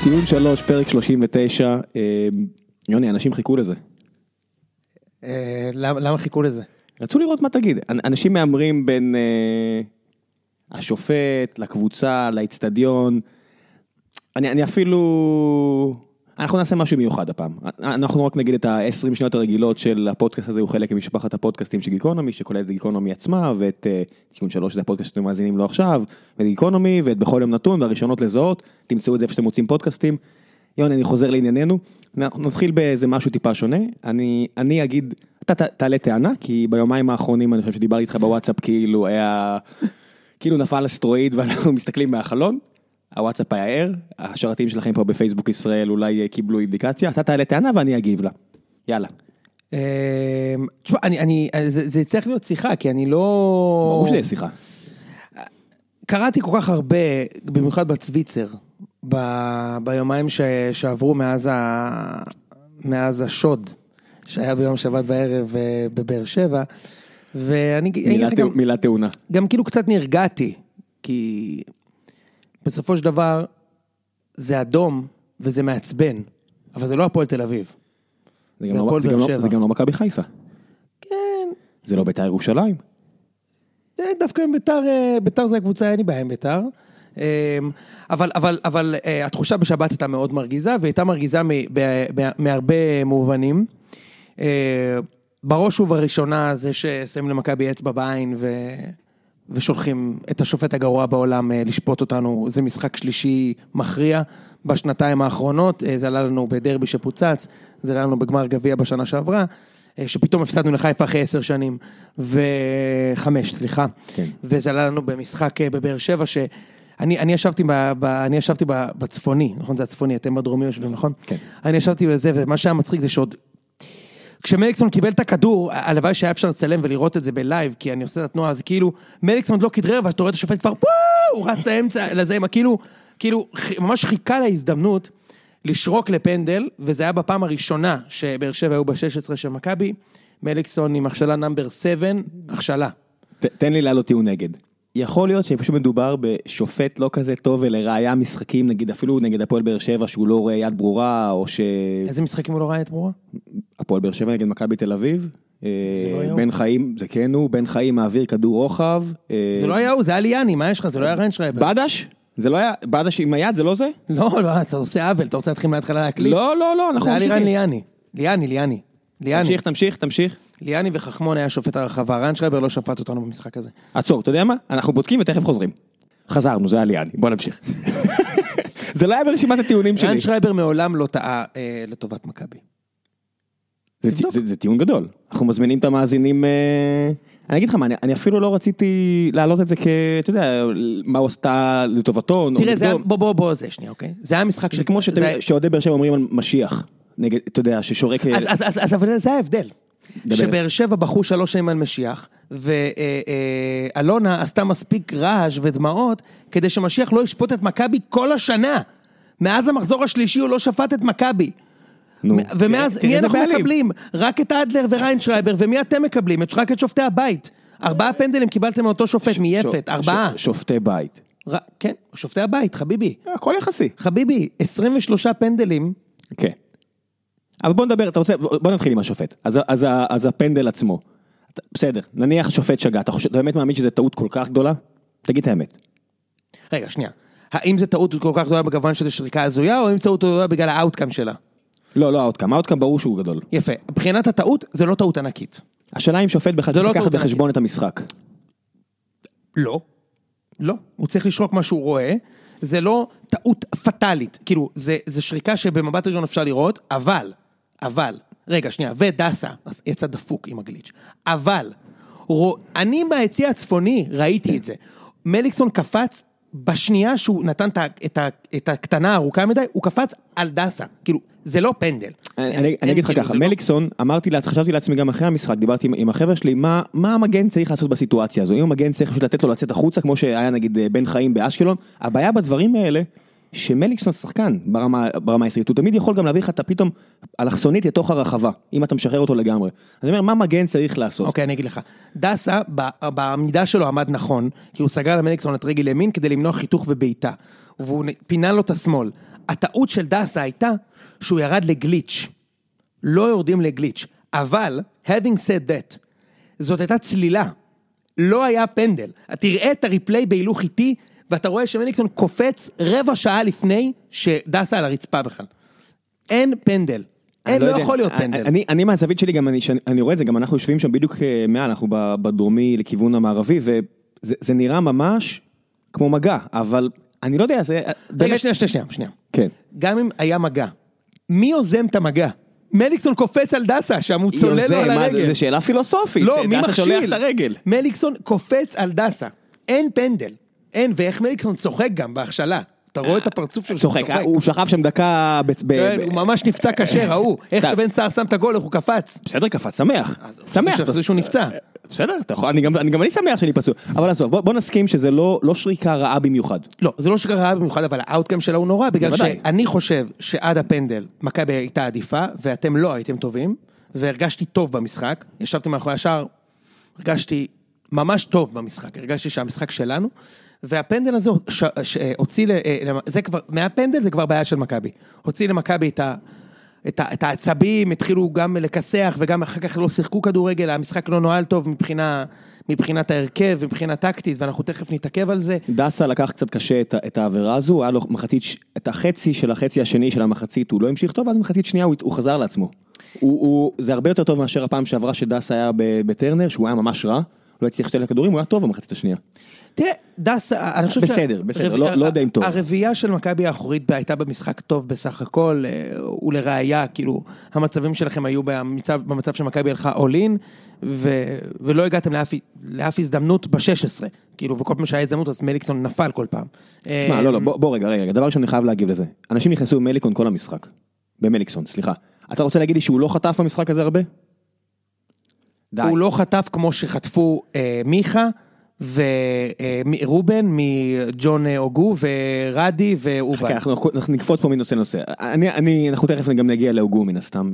ציון 3, פרק 39, יוני, אנשים חיכו לזה. למה חיכו לזה? רצו לראות מה תגיד. אנשים מאמרים בין השופט, לקבוצה, לאצטדיון. אני אפילו... אנחנו נעשה משהו מיוחד הפעם. אנחנו רק נגיד את ה-20 שניות הרגילות של הפודקאסט הזה, הוא חלק ממשפחת הפודקאסטים של גיקונומי, שכולל את גיקונומי עצמה, ואת ציון 3, שזה הפודקאסט שאתם מאזינים לו עכשיו, ואת גיקונומי, ואת בכל יום נתון, והראשונות לזהות, תמצאו את זה איפה שאתם מוצאים פודקאסטים. יוני, אני חוזר לענייננו, נתחיל באיזה משהו טיפה שונה, אני אגיד, אתה תעלה טענה, כי ביומיים האחרונים אני חושב שדיברתי איתך בוואטסאפ, כאילו נפל אסטרואיד, ואנחנו מסתכלים מהחלון, הוואטסאפ היה ער, השרתים שלכם פה בפייסבוק ישראל אולי קיבלו אינדיקציה, אתה תעלה טענה ואני אגיב לה. יאללה. תשמע, זה צריך להיות שיחה, כי אני לא... ברור שזה שיחה. קראתי כל כך הרבה, במיוחד בצוויצר, ביומיים שעברו מאז השוד, שהיה ביום שבת בערב בבאר שבע, ואני... מילה טעונה. גם כאילו קצת נרגעתי, כי... בסופו של דבר, זה אדום וזה מעצבן, אבל זה לא הפועל תל אביב. זה הפועל באר שבע. זה גם לא מכבי חיפה. כן. זה לא בית"ר ירושלים. דווקא בית"ר זה הקבוצה, אין לי בעיה עם בית"ר. אבל התחושה בשבת הייתה מאוד מרגיזה, והייתה מרגיזה מהרבה מובנים. בראש ובראשונה זה ששמים למכבי אצבע בעין ושולחים את השופט הגרוע בעולם לשפוט אותנו, זה משחק שלישי מכריע בשנתיים האחרונות, זה עלה לנו בדרבי שפוצץ, זה עלה לנו בגמר גביע בשנה שעברה, שפתאום הפסדנו לחיפה אחרי 10 שנים, ו5, סליחה, כן. וזה עלה לנו במשחק בבאר שבע, אני ישבתי בצפוני, נכון, זה הצפוני, אתם בדרומי יושבים, נכון? כן. אני ישבתי בזה, ומה שהיה מצחיק זה שעוד, כשמליקסון קיבל את הכדור, הלוואי שהיה אפשר לצלם ולראות את זה בלייב, כי אני עושה את התנועה, אז כאילו, מליקסון לא כדרר, ואתה רואה את השופט כבר, הוא רץ לאמצע, לזה, כאילו, ממש חיכה להזדמנות, לשרוק לפנדל, וזה היה בפעם הראשונה, שבאר שבע היו ב-16 של מכבי, מליקסון עם הכשלה נאמבר 7, הכשלה. תן לי לעלות טיעון נגד. יכול להיות שפשוט מדובר בשופט לא כזה טוב, ולראיה משחקים, נגיד אפילו נגד הפועל באר שבע, שהוא לא רואה יד ברורה, או ש... איזה משחקים הוא לא רואה יד ברורה? הפועל באר שבע נגד מכבי תל אביב, בן חיים, זה כן הוא, בן חיים מעביר כדור רוחב. זה לא היה הוא, זה היה ליאני, מה יש לך? זה לא היה ריינשרייבר. בדש? זה לא היה, בדש עם היד, זה לא זה? לא, אתה עושה עוול, אתה רוצה להתחיל מההתחלה להקליט? לא, אנחנו ליאני. תמשיך. ליאני וחכמון היה שופט הרחבה, ריינשרייבר לא שפט אותנו במשחק הזה. עצור, אתה יודע מה? אנחנו בודקים ותכף חוזרים. חזרנו, זה היה ליאני, בוא נמשיך. זה לא היה ברשימת הטיעונים שלי. ריינשרייבר מעולם לא טעה לטובת מכבי. זה טיעון גדול. אנחנו מזמינים את המאזינים... אני אגיד לך מה, אני אפילו לא רציתי להעלות את זה אתה יודע, מה הוא עשתה לטובתו. תראה, בוא, זה שנייה, אוקיי? זה היה משחק... זה כמו שעודי באר שבע אומרים על משיח. נגד, אתה יודע, ששורק... אז אבל זה ההבדל. שבאר שבע בחרו 3 שנים על משיח, ואלונה עשתה מספיק רעש ודמעות, כדי שמשיח לא ישפוט את מכבי כל השנה. מאז המחזור השלישי הוא לא שפט את מכבי. ומאז, מי אנחנו מקבלים? רק את אדלר וריינשרייבר, ומי אתם מקבלים? רק את שופטי הבית. 4 פנדלים קיבלתם מאותו שופט מיפת, 4. שופטי בית. כן, שופטי הבית, חביבי. הכל יחסי. חביבי, 23 פנדלים. כן. אבל בוא נדבר, בוא נתחיל עם השופט. אז הפנדל עצמו. בסדר, נניח השופט שגה, אתה באמת מאמין שזו טעות כל כך גדולה? תגיד את האמת. רגע, שנייה. האם זו טעות כל כך גדולה בגוון של שריקה הזויה, או האם זו טעות גדולה בגלל האוטקאם שלה? לא, האוטקאם ברור שהוא גדול. יפה. מבחינת הטעות, זה לא טעות ענקית. השאלה אם שופט בכלל צריך לקחת בחשבון את המשחק. לא. הוא צריך לשרוק מה שהוא רואה. זה לא טעות פטלית. כאילו, זה שריקה שבמבט ראשון אפשר לראות, אבל, רגע, שנייה, ודסה, אז יצא דפוק עם הגליץ'. אבל, אני ביציע הצפוני ראיתי את זה. מליקסון קפץ בשנייה שהוא נתן את הקטנה הארוכה מדי, הוא קפץ על דסה. כאילו, זה לא פנדל. אני אגיד לך ככה, מליקסון, חשבתי לעצמי גם אחרי המשחק, דיברתי עם החבר'ה שלי, מה המגן צריך לעשות בסיטואציה הזו? אם המגן צריך לתת לו לצאת החוצה, כמו שהיה נגיד בן חיים באשקלון, הבעיה בדברים האלה, שמליקסון שחקן ברמה הישראלית, הוא תמיד יכול גם להביא לך את פתאום אלכסונית לתוך הרחבה, אם אתה משחרר אותו לגמרי. אני אומר, מה מגן צריך לעשות? אוקיי, אני אגיד לך. דסה, בעמידה שלו עמד נכון, כי הוא סגר למליקסון את רגל ימין כדי למנוע חיתוך ובעיטה, והוא פינה לו את השמאל. הטעות של דסה הייתה שהוא ירד לגליץ'. לא יורדים לגליץ'. אבל, having said that, זאת הייתה צלילה. לא היה פנדל. תראה את הריפליי בהילוך איטי, ואתה רואה שמליקסון קופץ רבע שעה לפני שדסה על הרצפה בכלל. אין פנדל. אין, לא יכול להיות פנדל. אני מהזווית שלי גם, אני רואה את זה, גם אנחנו יושבים שם בדיוק מעל, אנחנו בדרומי לכיוון המערבי, וזה נראה ממש כמו מגע, אבל אני לא יודע, זה... רגע, שנייה. כן. גם אם היה מגע, מי יוזם את המגע? מליקסון קופץ על דסה, שם הוא צולל לו על הרגל. זה שאלה פילוסופית. לא, מי מכשיל? הרגל. מליקסון קופץ על דסה. אין פנדל. אין, ואיך מליקסון צוחק גם בהכשלה. אתה רואה את הפרצוף שלו צוחק. הוא שכב שם דקה... הוא ממש נפצע קשה, ראו. איך שבן סער שם את הגול, איך הוא קפץ. בסדר, קפץ, שמח. שמח. זה שהוא נפצע. בסדר, גם אני שמח שאני פצוע. אבל עזוב, בוא נסכים שזה לא שריקה רעה במיוחד. לא, זה לא שריקה רעה במיוחד, אבל האוטקאם שלה הוא נורא, בגלל שאני חושב שעד הפנדל, מכבי הייתה עדיפה, ואתם לא הייתם טובים, והרגשתי טוב במשחק, ישבתי מאחורי השער, הרגשתי ממש טוב במשחק, הרגשתי שהמשחק שלנו, והפנדל הזה הוציא, זה כבר, מהפנדל זה כבר בעיה של מכבי, הוציא למכבי את העצבים, התחילו גם לקסח, וגם אחר כך לא שיחקו כדורגל, המשחק לא נועל טוב מבחינת ההרכב, מבחינה טקטית, ואנחנו תכף נתעכב על זה. דסה לקח קצת קשה את העבירה הזו, היה לו מחצית, את החצי השני של המחצית, הוא לא המשיך טוב, אז מחצית שנייה הוא חזר לעצמו. זה הרבה יותר טוב מאשר הפעם שעברה שדסה היה בטרנר, שהוא היה ממש רע, לא הצליח לשתל לכדורים, הוא היה טוב במחצית השנייה. תראה, דסה, אני חושב בסדר, לא יודע אם טוב. הרביעייה של מכבי האחורית הייתה במשחק טוב בסך הכל, ולראיה, כאילו, המצבים שלכם היו במצב שמכבי הלכה אולין, ולא הגעתם לאף הזדמנות ב-16, כאילו, וכל פעם שהיה הזדמנות, אז מליקסון נפל כל פעם. תשמע, לא, בוא רגע, דבר ראשון אני חייב להגיב לזה. אנשים נכנסו במליקסון כל המשחק. במליקסון, סליחה. אתה רוצה להגיד לי שהוא לא חטף במשחק הזה הרבה? הוא לא חטף כמו שחטפו מיכה, ורובן מג'ון אוגו ורדי ואובן. אנחנו נקפוץ פה מנושא נושא. אנחנו תכף גם נגיע לאוגו מן הסתם.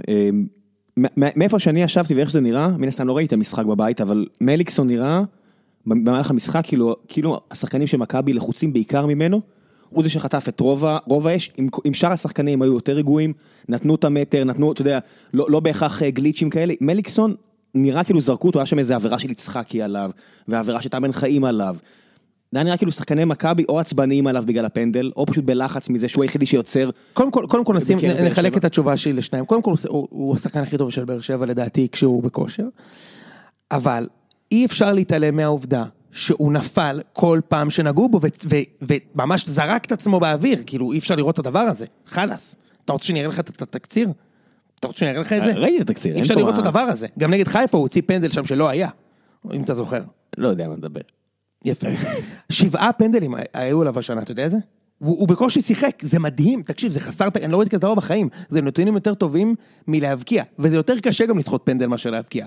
מאיפה שאני ישבתי ואיך זה נראה, מן הסתם לא ראיתי את המשחק בבית, אבל מליקסון נראה במהלך המשחק, כאילו השחקנים של מכבי לחוצים בעיקר ממנו, הוא זה שחטף את רוב האש, עם שאר השחקנים היו יותר רגועים, נתנו את המטר, נתנו, אתה יודע, לא בהכרח גליצ'ים כאלה, מליקסון נראה כאילו זרקו אותו, היה שם איזו עבירה של יצחקי עליו, והעבירה של תאמן חיים עליו. זה היה נראה כאילו שחקני מכבי או עצבניים עליו בגלל הפנדל, או פשוט בלחץ מזה שהוא היחידי שיוצר. קודם כל נחלק את התשובה שלי לשניים. קודם כל הוא השחקן הכי טוב של באר שבע לדעתי כשהוא בכושר. אבל אי אפשר להתעלם מהעובדה שהוא נפל כל פעם שנגעו בו, וממש זרק את עצמו באוויר, כאילו אי אפשר לראות את הדבר הזה. חלס. אתה רוצה שנראה לך את התקציר? אתה רוצה שנראה לך את זה? ראיתי את התקציר. אי אפשר לראות את הדבר הזה. גם נגד חיפה הוא הוציא פנדל שם שלא היה, אם אתה זוכר. לא יודע מה לדבר. יפה. 7 פנדלים היו עליו השנה, אתה יודע זה? הוא בקושי שיחק, זה מדהים, תקשיב, זה חסר, אני לא ראיתי כזה דבר בחיים, זה נתונים יותר טובים מלהבקיע, וזה יותר קשה גם לשחות פנדל מאשר להבקיע.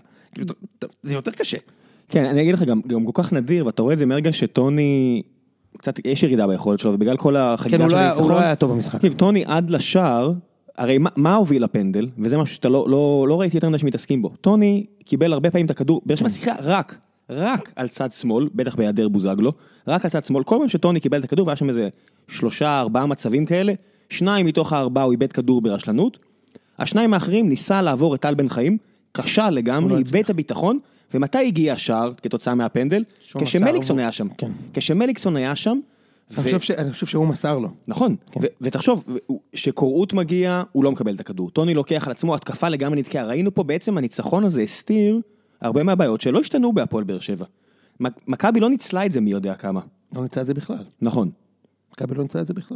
זה יותר קשה. כן, אני אגיד לך גם כל כך נדיר, ואתה רואה את זה מרגע שטוני, קצת יש ירידה ביכולת שלו, ובגלל כל החגיגה של הניצחון. הוא לא היה טוב במשחק. טוני עד לשער, הרי מה הוביל לפנדל, וזה משהו שאתה לא ראיתי יותר אנשים מתעסקים בו. טוני קיבל הרבה פעמים את הכדור, באר שבע שיחקה רק על צד שמאל, בטח בהיעדר בוזגלו, רק על צד שמאל, כל פעם שטוני קיבל את הכדור, והיה שם איזה 3-4 מצבים כאלה, 2 מתוך 4 הוא איבד כדור ברשלנות, 2 האחרים ניסה לעבור את טל בן חיים, קשה לגמרי, איבד את הביטחון, ומתי הגיע השער כתוצאה מהפנדל? כשמליקסון היה שם. כשמליקסון היה שם, אני חושב שהוא מסר לו. נכון, ותחשוב, שקוראות מגיע, הוא לא מקבל את הכדור. טוני לוקח על עצמו, התקפה לגמרי נתקעה. ראינו פה בעצם הניצחון הזה הסתיר הרבה מהבעיות שלא השתנו בהפועל באר שבע. מכבי לא ניצלה את זה מי יודע כמה. לא ניצלה את זה בכלל. נכון. מכבי לא ניצלה את זה בכלל.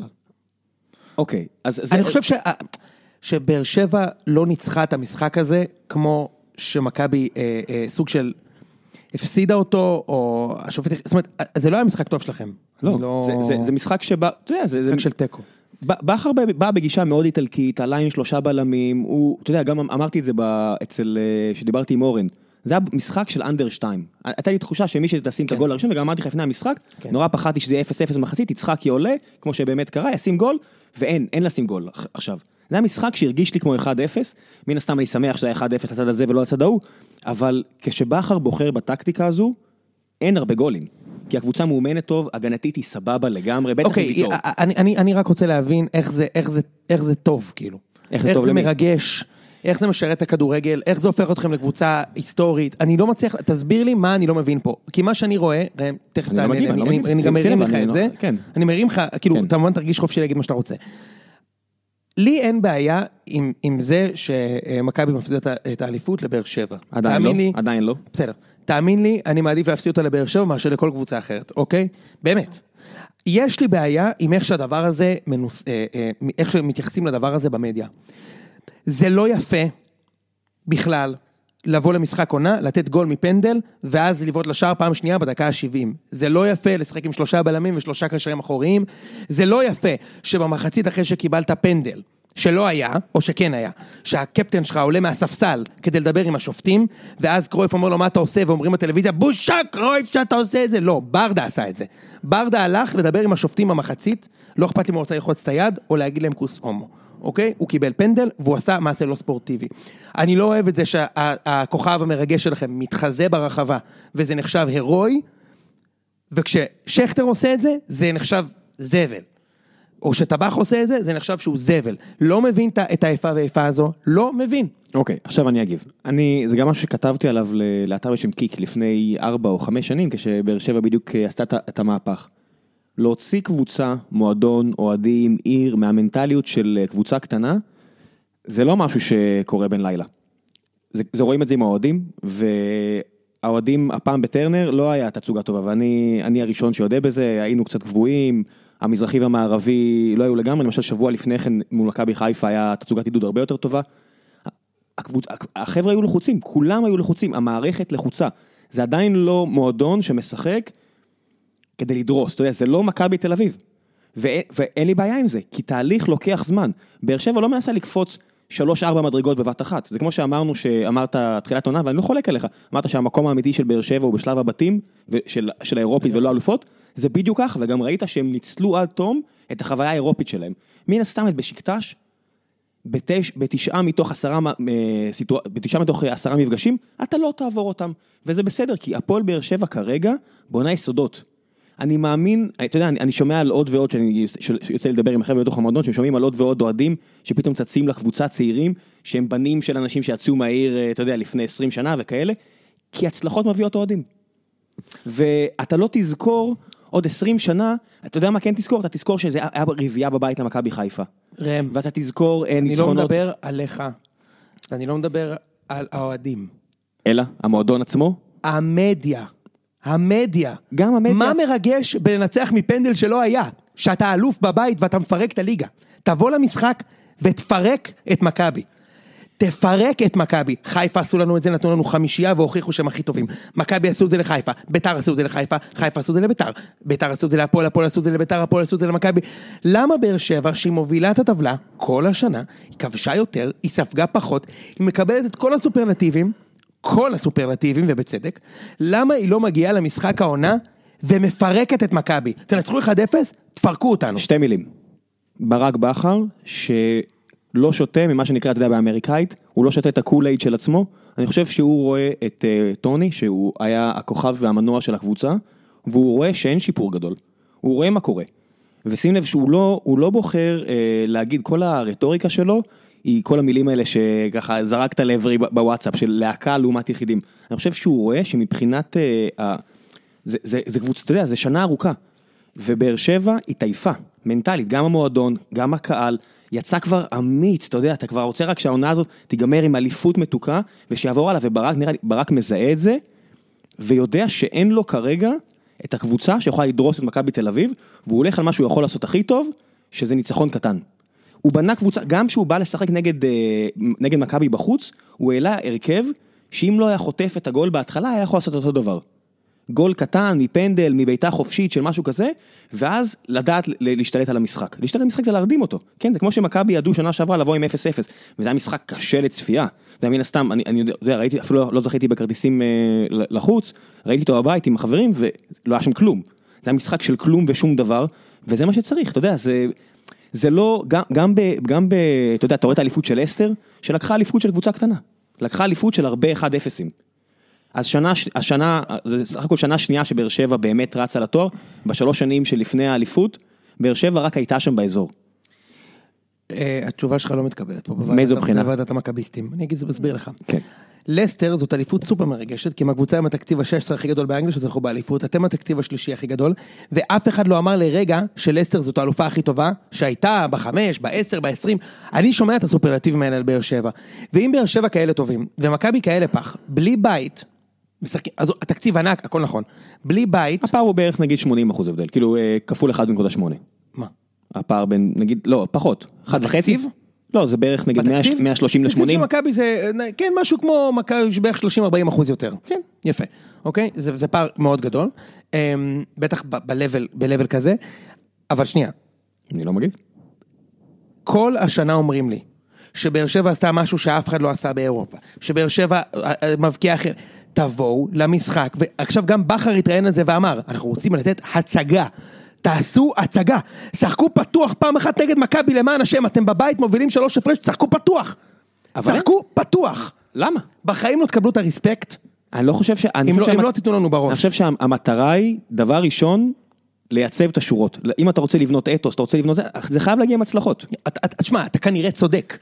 אוקיי, אז אני חושב שבאר שבע לא ניצחה את המשחק הזה, כמו שמכבי סוג של הפסידה אותו, או השופט, זאת אומרת, זה לא היה משחק טוב שלכם. לא, זה משחק שבא, אתה יודע, זה משחק של טקו. בכר בא בגישה מאוד איטלקית, עלה עם 3 בלמים, הוא, אתה יודע, גם אמרתי את זה שדיברתי עם אורן, זה היה משחק של אנדר 2. הייתה לי תחושה שמי שתשים את הגול הראשון, וגם אמרתי לך לפני המשחק, נורא פחדתי שזה 0-0 מחצית, יצחקי עולה, כמו שבאמת קרה, ישים גול, ואין לשים גול עכשיו. זה היה משחק שהרגיש לי כמו 1-0, מן הסתם אני שמח שזה היה 1-0 לצד הזה ולא לצד ההוא, אבל כשבחר בוחר בטקטיקה הזו, אין הרבה גולים. כי הקבוצה מאומנת טוב, הגנתית היא סבבה לגמרי, בטח היא טוב. אני רק רוצה להבין איך זה טוב, כאילו. איך זה מרגש, איך זה משרת את הכדורגל, איך זה הופך אתכם לקבוצה היסטורית. אני לא מצליח, תסביר לי מה אני לא מבין פה. כי מה שאני רואה, תכף תענה לי, אני גם מרים לך את זה. אני מרים לך, כאילו, כמובן תרגיש חופשי להגיד מה שאתה רוצה. לי אין בעיה עם זה שמכבי מפסידה את האליפות לבאר שבע. עדיין לא. בסדר. תאמין לי, אני מעדיף להפסיד אותה לבאר שבע מאשר לכל קבוצה אחרת, אוקיי? באמת. יש לי בעיה עם איך שהדבר הזה, איך שמתייחסים לדבר הזה במדיה. זה לא יפה בכלל לבוא למשחק עונה, לתת גול מפנדל, ואז לבעוט לשער פעם שנייה בדקה ה-70. זה לא יפה לשחק עם 3 בלמים ו3 קשרים אחוריים. זה לא יפה שבמחצית אחרי שקיבלת פנדל, שלא היה, או שכן היה, שהקפטן שלך עולה מהספסל כדי לדבר עם השופטים, ואז קרויף אומר לו מה אתה עושה, ואומרים בטלוויזיה, בושה קרויף שאתה עושה את זה. לא, ברדה עשה את זה. ברדה הלך לדבר עם השופטים במחצית, לא אכפת לי אם הוא רוצה ללחוץ את היד, או להגיד להם כוס הומו. אוקיי? הוא קיבל פנדל, והוא עשה מעשה לא ספורטיבי. אני לא אוהב את זה שהכוכב המרגש שלכם מתחזה ברחבה, וזה נחשב הרואי, וכששכטר עושה את זה, זה נחשב זבל. או שטבח עושה את זה, זה נחשב שהוא זבל. לא מבין את האיפה והאיפה הזו, לא מבין. אוקיי, עכשיו אני אגיב. זה גם משהו שכתבתי עליו לאתר בשם קיק לפני 4 או 5 שנים, כשבאר שבע בדיוק עשתה את המהפך. להוציא קבוצה, מועדון, אוהדים, עיר, מהמנטליות של קבוצה קטנה, זה לא משהו שקורה בין לילה. זה רואים את זה עם האוהדים, והאוהדים הפעם בטרנר לא היה תצוגה טובה, ואני הראשון שיודע בזה, היינו קצת גבוהים, המזרחי והמערבי לא היו לגמרי, למשל שבוע לפני כן מול מכבי חיפה היה תצוגת עידוד הרבה יותר טובה. החבר'ה היו לחוצים, כולם היו לחוצים, המערכת לחוצה. זה עדיין לא מועדון שמשחק כדי לדרוס, אתה יודע, זה לא מכבי תל אביב. ואין לי בעיה עם זה, כי תהליך לוקח זמן. באר שבע לא מנסה לקפוץ 3-4 מדרגות בבת אחת. זה כמו שאמרנו, שאמרת תחילת עונה, ואני לא חולק עליך. אמרת שהמקום האמיתי של באר שבע הוא בשלב הבתים של האירופית ולא אלופות. זה בדיוק כך, וגם ראית שהם ניצלו עד תום את החוויה האירופית שלהם. מן הסתם את בשקטש, ב9 מתוך 10 מפגשים, אתה לא תעבור אותם. וזה בסדר, כי הפועל באר שבע כרגע בונה יסודות. אני מאמין, אתה יודע, אני שומע על עוד ועוד, שאני יוצא לדבר עם החבר'ה בתוך המועדון, שהם שומעים על עוד ועוד אוהדים, שפתאום צצים לקבוצה צעירים, שהם בנים של אנשים שיצאו מהעיר, אתה יודע, לפני 20 שנה וכאלה, כי הצלחות מביאות אוהדים. ואתה לא תזכור עוד 20 שנה, אתה יודע מה כן תזכור? אתה תזכור שזה היה רביעייה בבית למכבי חיפה. רם. ואתה תזכור אני לא מדבר עליך, אני לא מדבר על האוהדים. אלא, המועדון עצמו? המדיה. גם המדיה. מה מרגש בלנצח מפנדל שלא היה? שאתה אלוף בבית ואתה מפרק את הליגה. תבוא למשחק ותפרק את מכבי. תפרק את מכבי. חיפה עשו לנו את זה, נתנו לנו 5 והוכיחו שהם הכי טובים. מכבי עשו את זה לחיפה, ביתר עשו את זה לחיפה, חיפה עשו את זה לביתר, ביתר עשו את זה להפועל, הפועל עשו את זה לביתר, הפועל עשו את זה למכבי. למה באר שבע שהיא מובילה את הטבלה כל השנה, היא כבשה יותר, היא ספגה פחות, היא מקבלת את כל הסופרלטיבים ובצדק, למה היא לא מגיעה למשחק העונה ומפרקת את מכבי? תנצחו 1-0, תפרקו אותנו. 2 מילים. ברק בכר, שלא שותה ממה שנקרא, אתה יודע, באמריקאית, הוא לא שותה את הקול-אייד של עצמו, אני חושב שהוא רואה את טוני, שהוא היה הכוכב והמנוע של הקבוצה, והוא רואה שאין שיפור גדול. הוא רואה מה קורה. ושים לב שהוא לא בוחר להגיד, כל הרטוריקה שלו, היא כל המילים האלה שככה זרקת לעברי בוואטסאפ, של להקה לעומת יחידים. אני חושב שהוא רואה שמבחינת, זה קבוצה, אתה יודע, זה שנה ארוכה. ובאר שבע היא טייפה, מנטלית, גם המועדון, גם הקהל, יצא כבר אמיץ, אתה יודע, אתה כבר רוצה רק שהעונה הזאת תיגמר עם אליפות מתוקה, ושיעבור עליו, וברק, נראה לי, ברק מזהה את זה, ויודע שאין לו כרגע את הקבוצה שיכולה לדרוס את מכבי תל אביב, והוא הולך על מה שהוא יכול לעשות הכי טוב, שזה ניצחון קטן. הוא בנה קבוצה, גם שהוא בא לשחק נגד מכבי בחוץ, הוא העלה הרכב, שאם לא היה חוטף את הגול בהתחלה, היה יכול לעשות אותו דבר. גול קטן, מפנדל, מביתה חופשית של משהו כזה, ואז לדעת להשתלט על המשחק. להשתלט על המשחק זה להרדים אותו. כן, זה כמו שמכבי ידעו שנה שעברה לבוא עם 0-0, וזה היה משחק קשה לצפייה. זה מן הסתם, אני יודע, ראיתי, אפילו לא זכיתי בכרטיסים לחוץ, ראיתי אותו בבית עם החברים, ולא היה שם כלום. זה היה משחק של כלום ושום דבר, וזה מה שצריך, אתה יודע, זה לא, אתה יודע, אתה רואה את האליפות של אסטר, שלקחה אליפות של קבוצה קטנה. לקחה אליפות של הרבה 1-0. אז זה סך הכל שנה שנייה שבאר שבע באמת רצה לתואר, בשלוש שנים שלפני האליפות, באר שבע רק הייתה שם באזור. התשובה שלך לא מתקבלת פה בוועדת המכביסטים. אני אסביר לך. כן. לסטר זאת אליפות סופר מרגשת, כי הקבוצה עם התקציב ה-16 הכי גדול באנגליה, שזכו באליפות, אתם התקציב השלישי הכי גדול, ואף אחד לא אמר לרגע שלסטר זאת האלופה הכי טובה, שהייתה ב5, ב10, ב20, אני שומע את הסופרלטיבים האלה על באר שבע, ואם באר שבע כאלה טובים, ומכבי כאלה פח, בלי בית, אז התקציב ענק, הכל נכון, בלי בית... הפער הוא בערך נגיד 80% הבדל, כאילו כפול 1.8. מה? הפער בין, נגיד, לא, פחות, 1.5. לא, זה בערך נגיד 130 ל-80. תקציב של מכבי זה, כן, משהו כמו מכבי בערך 30-40% יותר. כן. יפה, אוקיי? זה פער מאוד גדול. בטח ב-level כזה. אבל שנייה. אני לא מגיב. כל השנה אומרים לי, שבאר שבע עשתה משהו שאף אחד לא עשה באירופה. שבאר שבע מבקיע אחר. תבואו למשחק, ועכשיו גם בכר התראיין על זה ואמר, אנחנו רוצים לתת הצגה. תעשו הצגה, שחקו פתוח פעם אחת נגד מכבי למען השם, אתם בבית מובילים 3 הפרש, שחקו פתוח. שחקו פתוח. למה? בחיים לא תקבלו את הרספקט. אני לא חושב אם לא תיתנו לנו בראש. אני חושב שהמטרה היא, דבר ראשון, לייצב את השורות. אם אתה רוצה לבנות אתוס, אתה רוצה לבנות זה חייב להגיע עם הצלחות. תשמע, אתה כנראה צודק.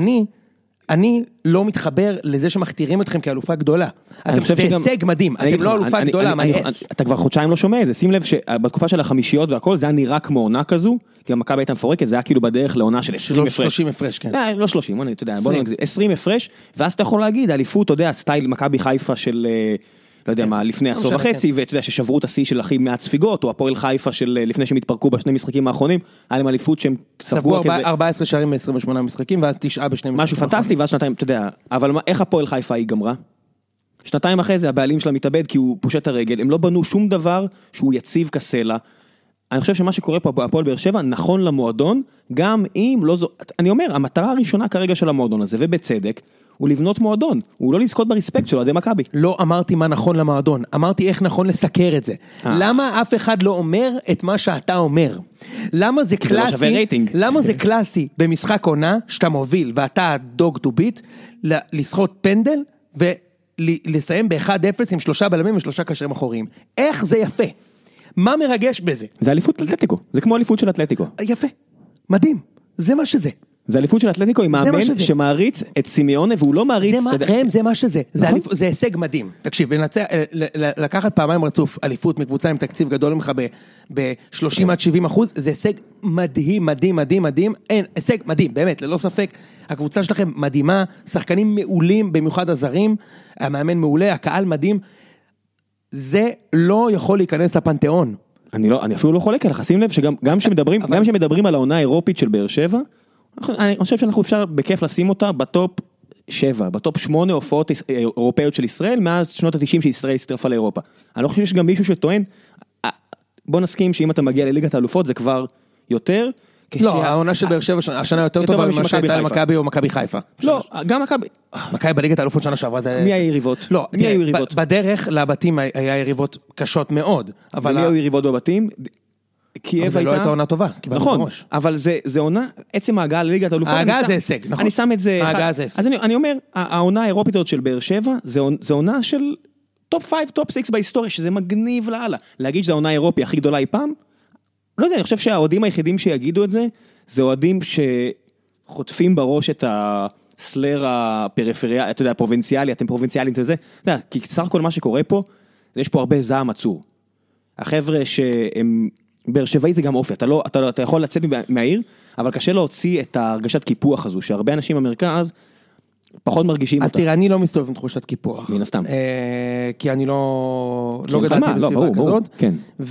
אני לא מתחבר לזה שמכתירים אתכם כאלופה גדולה. זה הישג מדהים, אתם לא אלופה גדולה, מה יש? אתה כבר חודשיים לא שומע את זה, שים לב שבתקופה של החמישיות והכל, זה היה נראה כמו עונה כזו, כי המכבי הייתה מפורקת, זה היה כאילו בדרך לעונה של 20 הפרש. 30 הפרש, כן. לא 30, אתה יודע, 20 הפרש, ואז אתה יכול להגיד, האליפות, אתה יודע, סטייל מכבי חיפה של... לא יודע מה, לפני עשור וחצי, ואתה יודע ששברו את השיא של הכי מעט ספיגות, או הפועל חיפה של לפני שהם התפרקו בשני משחקים האחרונים, היה להם אליפות שהם ספגו 14 שערים ב-28 משחקים, ואז 9 בשני משחקים. משהו פנטסטי, ואז שנתיים, אתה יודע, אבל איך הפועל חיפה היא גמרה? שנתיים אחרי זה, הבעלים שלה מתאבד, כי הוא פושט הרגל, הם לא בנו שום דבר שהוא יציב כסלע. אני חושב שמה שקורה פה בהפועל באר שבע, נכון למועדון, גם אם לא זו... אני אומר, המטרה הראשונה כרגע של המועדון הזה, ובצדק, הוא לבנות מועדון, הוא לא לזכות ברספקט שלו, עדי מכבי. לא אמרתי מה נכון למועדון, אמרתי איך נכון לסקר את זה. למה אף אחד לא אומר את מה שאתה אומר? למה זה קלאסי, למה זה קלאסי במשחק עונה, שאתה מוביל ואתה דוג טו ביט, לשחות פנדל ולסיים ב-1-0 עם 3 בלמים ו3 קשרים אחוריים? איך זה יפה? מה מרגש בזה? זה אליפות אתלטיקו, זה כמו אליפות של אתלטיקו. יפה, מדהים, זה מה שזה. זה אליפות של אתלטיקו עם מאמן שמעריץ את סימיונה, והוא לא מעריץ... ראם, זה מה שזה. זה הישג מדהים. תקשיב, לקחת פעמיים רצוף אליפות מקבוצה עם תקציב גדול ממך ב-30-70%, זה הישג מדהים, מדהים, מדהים, מדהים. אין, הישג מדהים, באמת, ללא ספק. הקבוצה שלכם מדהימה, שחקנים מעולים, במיוחד הזרים, המאמן מעולה, הקהל מדהים. זה לא יכול להיכנס לפנתיאון. אני אפילו לא חולק עליך, שים לב שגם שמדברים על העונה האירופית של באר שבע, אני חושב שאנחנו אפשר בכיף לשים אותה בטופ 7, בטופ 8 הופעות אירופאיות של ישראל, מאז שנות ה-90 שישראל הצטרפה לאירופה. אני לא חושב שיש גם מישהו שטוען, בוא נסכים שאם אתה מגיע לליגת האלופות זה כבר יותר. לא, העונה של באר שבע השנה יותר טובה ממה שהייתה למכבי או מכבי חיפה. לא, גם מכבי בליגת האלופות שנה שעברה זה... מי היריבות? לא, בדרך לבתים היה יריבות קשות מאוד. ומי היו יריבות בבתים? אבל זה לא הייתה עונה טובה, נכון, אבל זה עונה, עצם ההגעה לליגת האלופות, ההגעה זה הישג, נכון. אני שם את זה, ההגעה זה הישג. אז אני אומר, העונה האירופית של באר שבע, זה עונה של טופ 5, טופ 6 בהיסטוריה, שזה מגניב להלאה. להגיד שזו העונה האירופית הכי גדולה אי פעם, לא יודע, אני חושב שהאוהדים היחידים שיגידו את זה, זה אוהדים שחוטפים בראש את הסלר הפריפריה, אתה יודע, הפרובינציאלי, אתם פרובינציאליים, אתה יודע, כי סך הכל מה שקורה פה, יש פה הרבה זעם עצור. החבר'ה שהם באר שבעי זה גם אופי, אתה יכול לצאת מהעיר, אבל קשה להוציא את הרגשת קיפוח הזו, שהרבה אנשים במרכז פחות מרגישים אותה. אז תראה, אני לא מסתובב עם תחושת קיפוח. מן הסתם. כי אני לא גדלתי בסביבה כזאת. כן.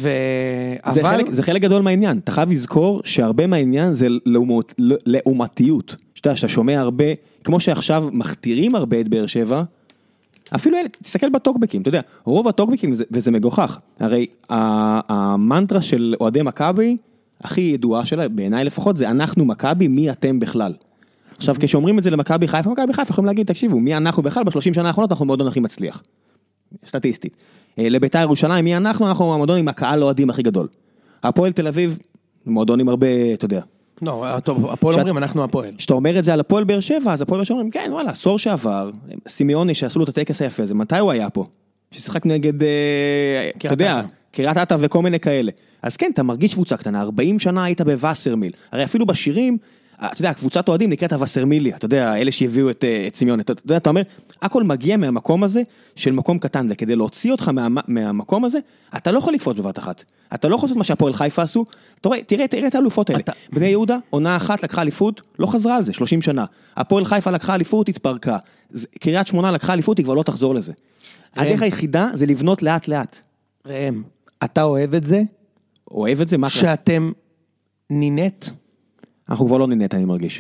זה חלק גדול מהעניין. אתה חייב לזכור שהרבה מהעניין זה לעומתיות. שאתה שומע הרבה, כמו שעכשיו מכתירים הרבה את באר שבע, אפילו תסתכל בטוקבקים, אתה יודע, רוב הטוקבקים, וזה מגוחך, הרי המנטרה של אוהדי מכבי, הכי ידועה שלה, בעיניי לפחות, זה אנחנו מכבי, מי אתם בכלל. עכשיו, כשאומרים את זה למכבי חיפה, מכבי חיפה יכולים להגיד, תקשיבו, מי אנחנו בכלל, ב-30 שנה האחרונות אנחנו מועדון הכי מצליח. סטטיסטית. לבית"ר ירושלים, מי אנחנו המועדון עם הקהל האוהדים הכי גדול. הפועל תל אביב, מועדון עם הרבה, אתה יודע, לא, הפועל אומרים, אנחנו הפועל. כשאתה אומר את זה על הפועל באר שבע, אז הפועל באר שבע אומרים, כן, וואלה, עשור שעבר, סימיוני שעשו לו את הטקס היפה הזה, מתי הוא היה פה? ששיחק נגד, אתה יודע, קריית אתא וכל מיני כאלה. אז כן, אתה מרגיש קבוצה קטנה, 40 שנה היית בווסרמיל. הרי אפילו בשירים, אתה יודע, קבוצת אוהדים נקראת הווסרמיליה, אתה יודע, אלה שהביאו את סימיוני. אתה יודע, אתה אומר, הכל מגיע מהמקום הזה של מקום קטן, וכדי להוציא אותך מהמקום הזה, אתה לא יכול לקפוץ בבת אחת. אתה לא יכול לעשות מה שהפועל חיפה עשו. תראה את האלופות האלה. בני יהודה, עונה אחת לקחה אליפות, לא חזרה על זה, 30 שנה. הפועל חיפה לקחה אליפות, התפרקה. קריית שמונה לקחה אליפות, היא כבר לא תחזור לזה. הדרך היחידה זה לבנות לאט לאט. ראם, אתה אוהב את זה? אוהב את זה? מה? שאתם נינט? אנחנו כבר לא נינט, אני מרגיש.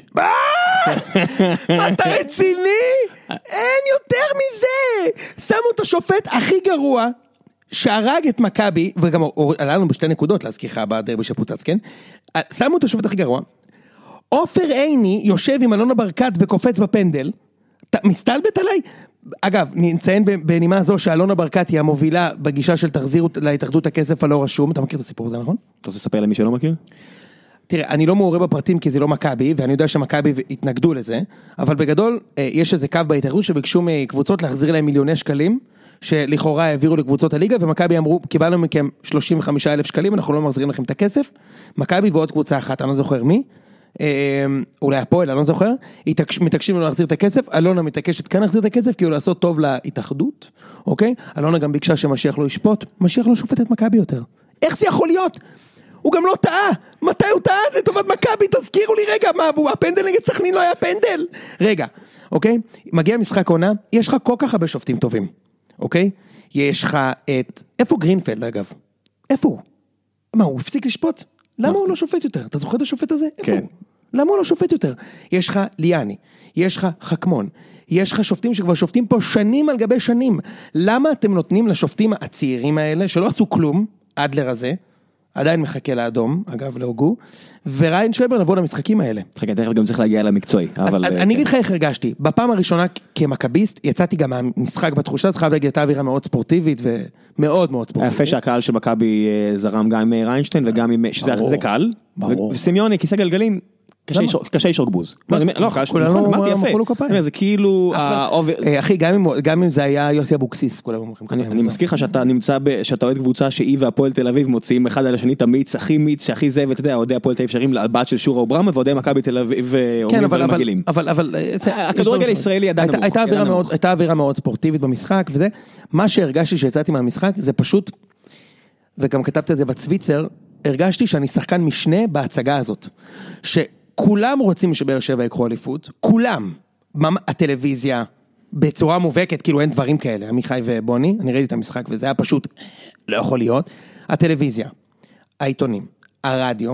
אתה רציני? אין יותר מזה! שמו את השופט הכי גרוע, שהרג את מכבי, וגם עלה לנו בשתי נקודות להזכירך בדרבי שפוצץ, כן? שמו את השופט הכי גרוע, עופר עיני יושב עם אלונה ברקת וקופץ בפנדל, אתה מסתלבט עליי? אגב, נציין בנימה הזו שאלונה ברקת היא המובילה בגישה של תחזירו להתאחדות הכסף הלא רשום, אתה מכיר את הסיפור הזה, נכון? אתה רוצה לספר למי שלא מכיר? תראה, אני לא מעורה בפרטים כי זה לא מכבי, ואני יודע שמכבי התנגדו לזה, אבל בגדול יש איזה קו בהתאחדות שביקשו מקבוצות להחזיר להם מיליוני שקלים, שלכאורה העבירו לקבוצות הליגה, ומכבי אמרו, קיבלנו מכם 35,000 שקלים, אנחנו לא מחזירים לכם את הכסף, מכבי ועוד קבוצה אחת, אני לא זוכר מי, אולי הפועל, אני לא זוכר, מתעקשים לו להחזיר את הכסף, אלונה מתעקשת כאן להחזיר את הכסף, כי הוא לעשות טוב להתאחדות, אוקיי? אלונה גם ביקשה שמשיח לא ישפוט, משיח לא שופט את מכבי יותר. איך זה יכול להיות? הוא גם לא טעה, מתי הוא טעה לטובת מכבי, תזכירו לי רגע, מה, הפנדל נגד סכנין לא היה פנדל? רגע, אוקיי? מגיע משחק עונה, יש לך כל כך הרבה שופטים טובים, אוקיי? יש לך את, איפה גרינפלד אגב? איפה הוא? מה, הוא הפסיק לשפוט? למה הוא לא שופט יותר? אתה זוכר את השופט הזה? איפה הוא? למה הוא לא שופט יותר? יש לך ליאני, יש לך חכמון, יש לך שופטים שכבר שופטים פה שנים על גבי שנים. למה אתם נותנים לשופטים הצעירים האלה, שלא עשו כלום, אדלר הזה, עדיין מחכה לאדום, אגב להוגו, וריין שרבר לבוא למשחקים האלה. חכה, תכף גם צריך להגיע למקצועי. אז אני אגיד לך איך הרגשתי, בפעם הראשונה כמכביסט, יצאתי גם מהמשחק בתחושה, אז חייב להגיד, הייתה אווירה מאוד ספורטיבית, ומאוד מאוד ספורטיבית. יפה שהקהל של מכבי זרם גם עם ריינשטיין, וגם עם, שזה קהל, וסימיוני, כיסא גלגלים, קשה ישרוק בוז. לא, אמרתי יפה. זה כאילו... אחי, גם אם זה היה יוסי אבוקסיס, כולם אומרים. אני מזכיר לך שאתה אוהד קבוצה שהיא והפועל תל אביב מוציאים אחד על השני את המיץ, הכי מיץ, שהכי זה, ואתה יודע, אוהדי הפועל תל אביב שרים לבת של שורה אוברמה, ואוהדי מכבי תל אביב אומרים דברים מגעילים. אבל... הכדורגל הישראלי עדיין נמוך. הייתה אווירה מאוד ספורטיבית במשחק, וזה, מה שהרגשתי שיצאתי מהמשחק, זה פשוט, וגם כתבתי את זה בצוויצר, הרגשתי שאני שחקן משנה בהצגה הזאת, שכולם רוצים שבאר שבע יקחו אליפות, כולם, הטלוויזיה, בצורה מובהקת, כאילו אין דברים כאלה, עמיחי ובוני, אני ראיתי את המשחק וזה היה פשוט, לא יכול להיות, הטלוויזיה, העיתונים, הרדיו,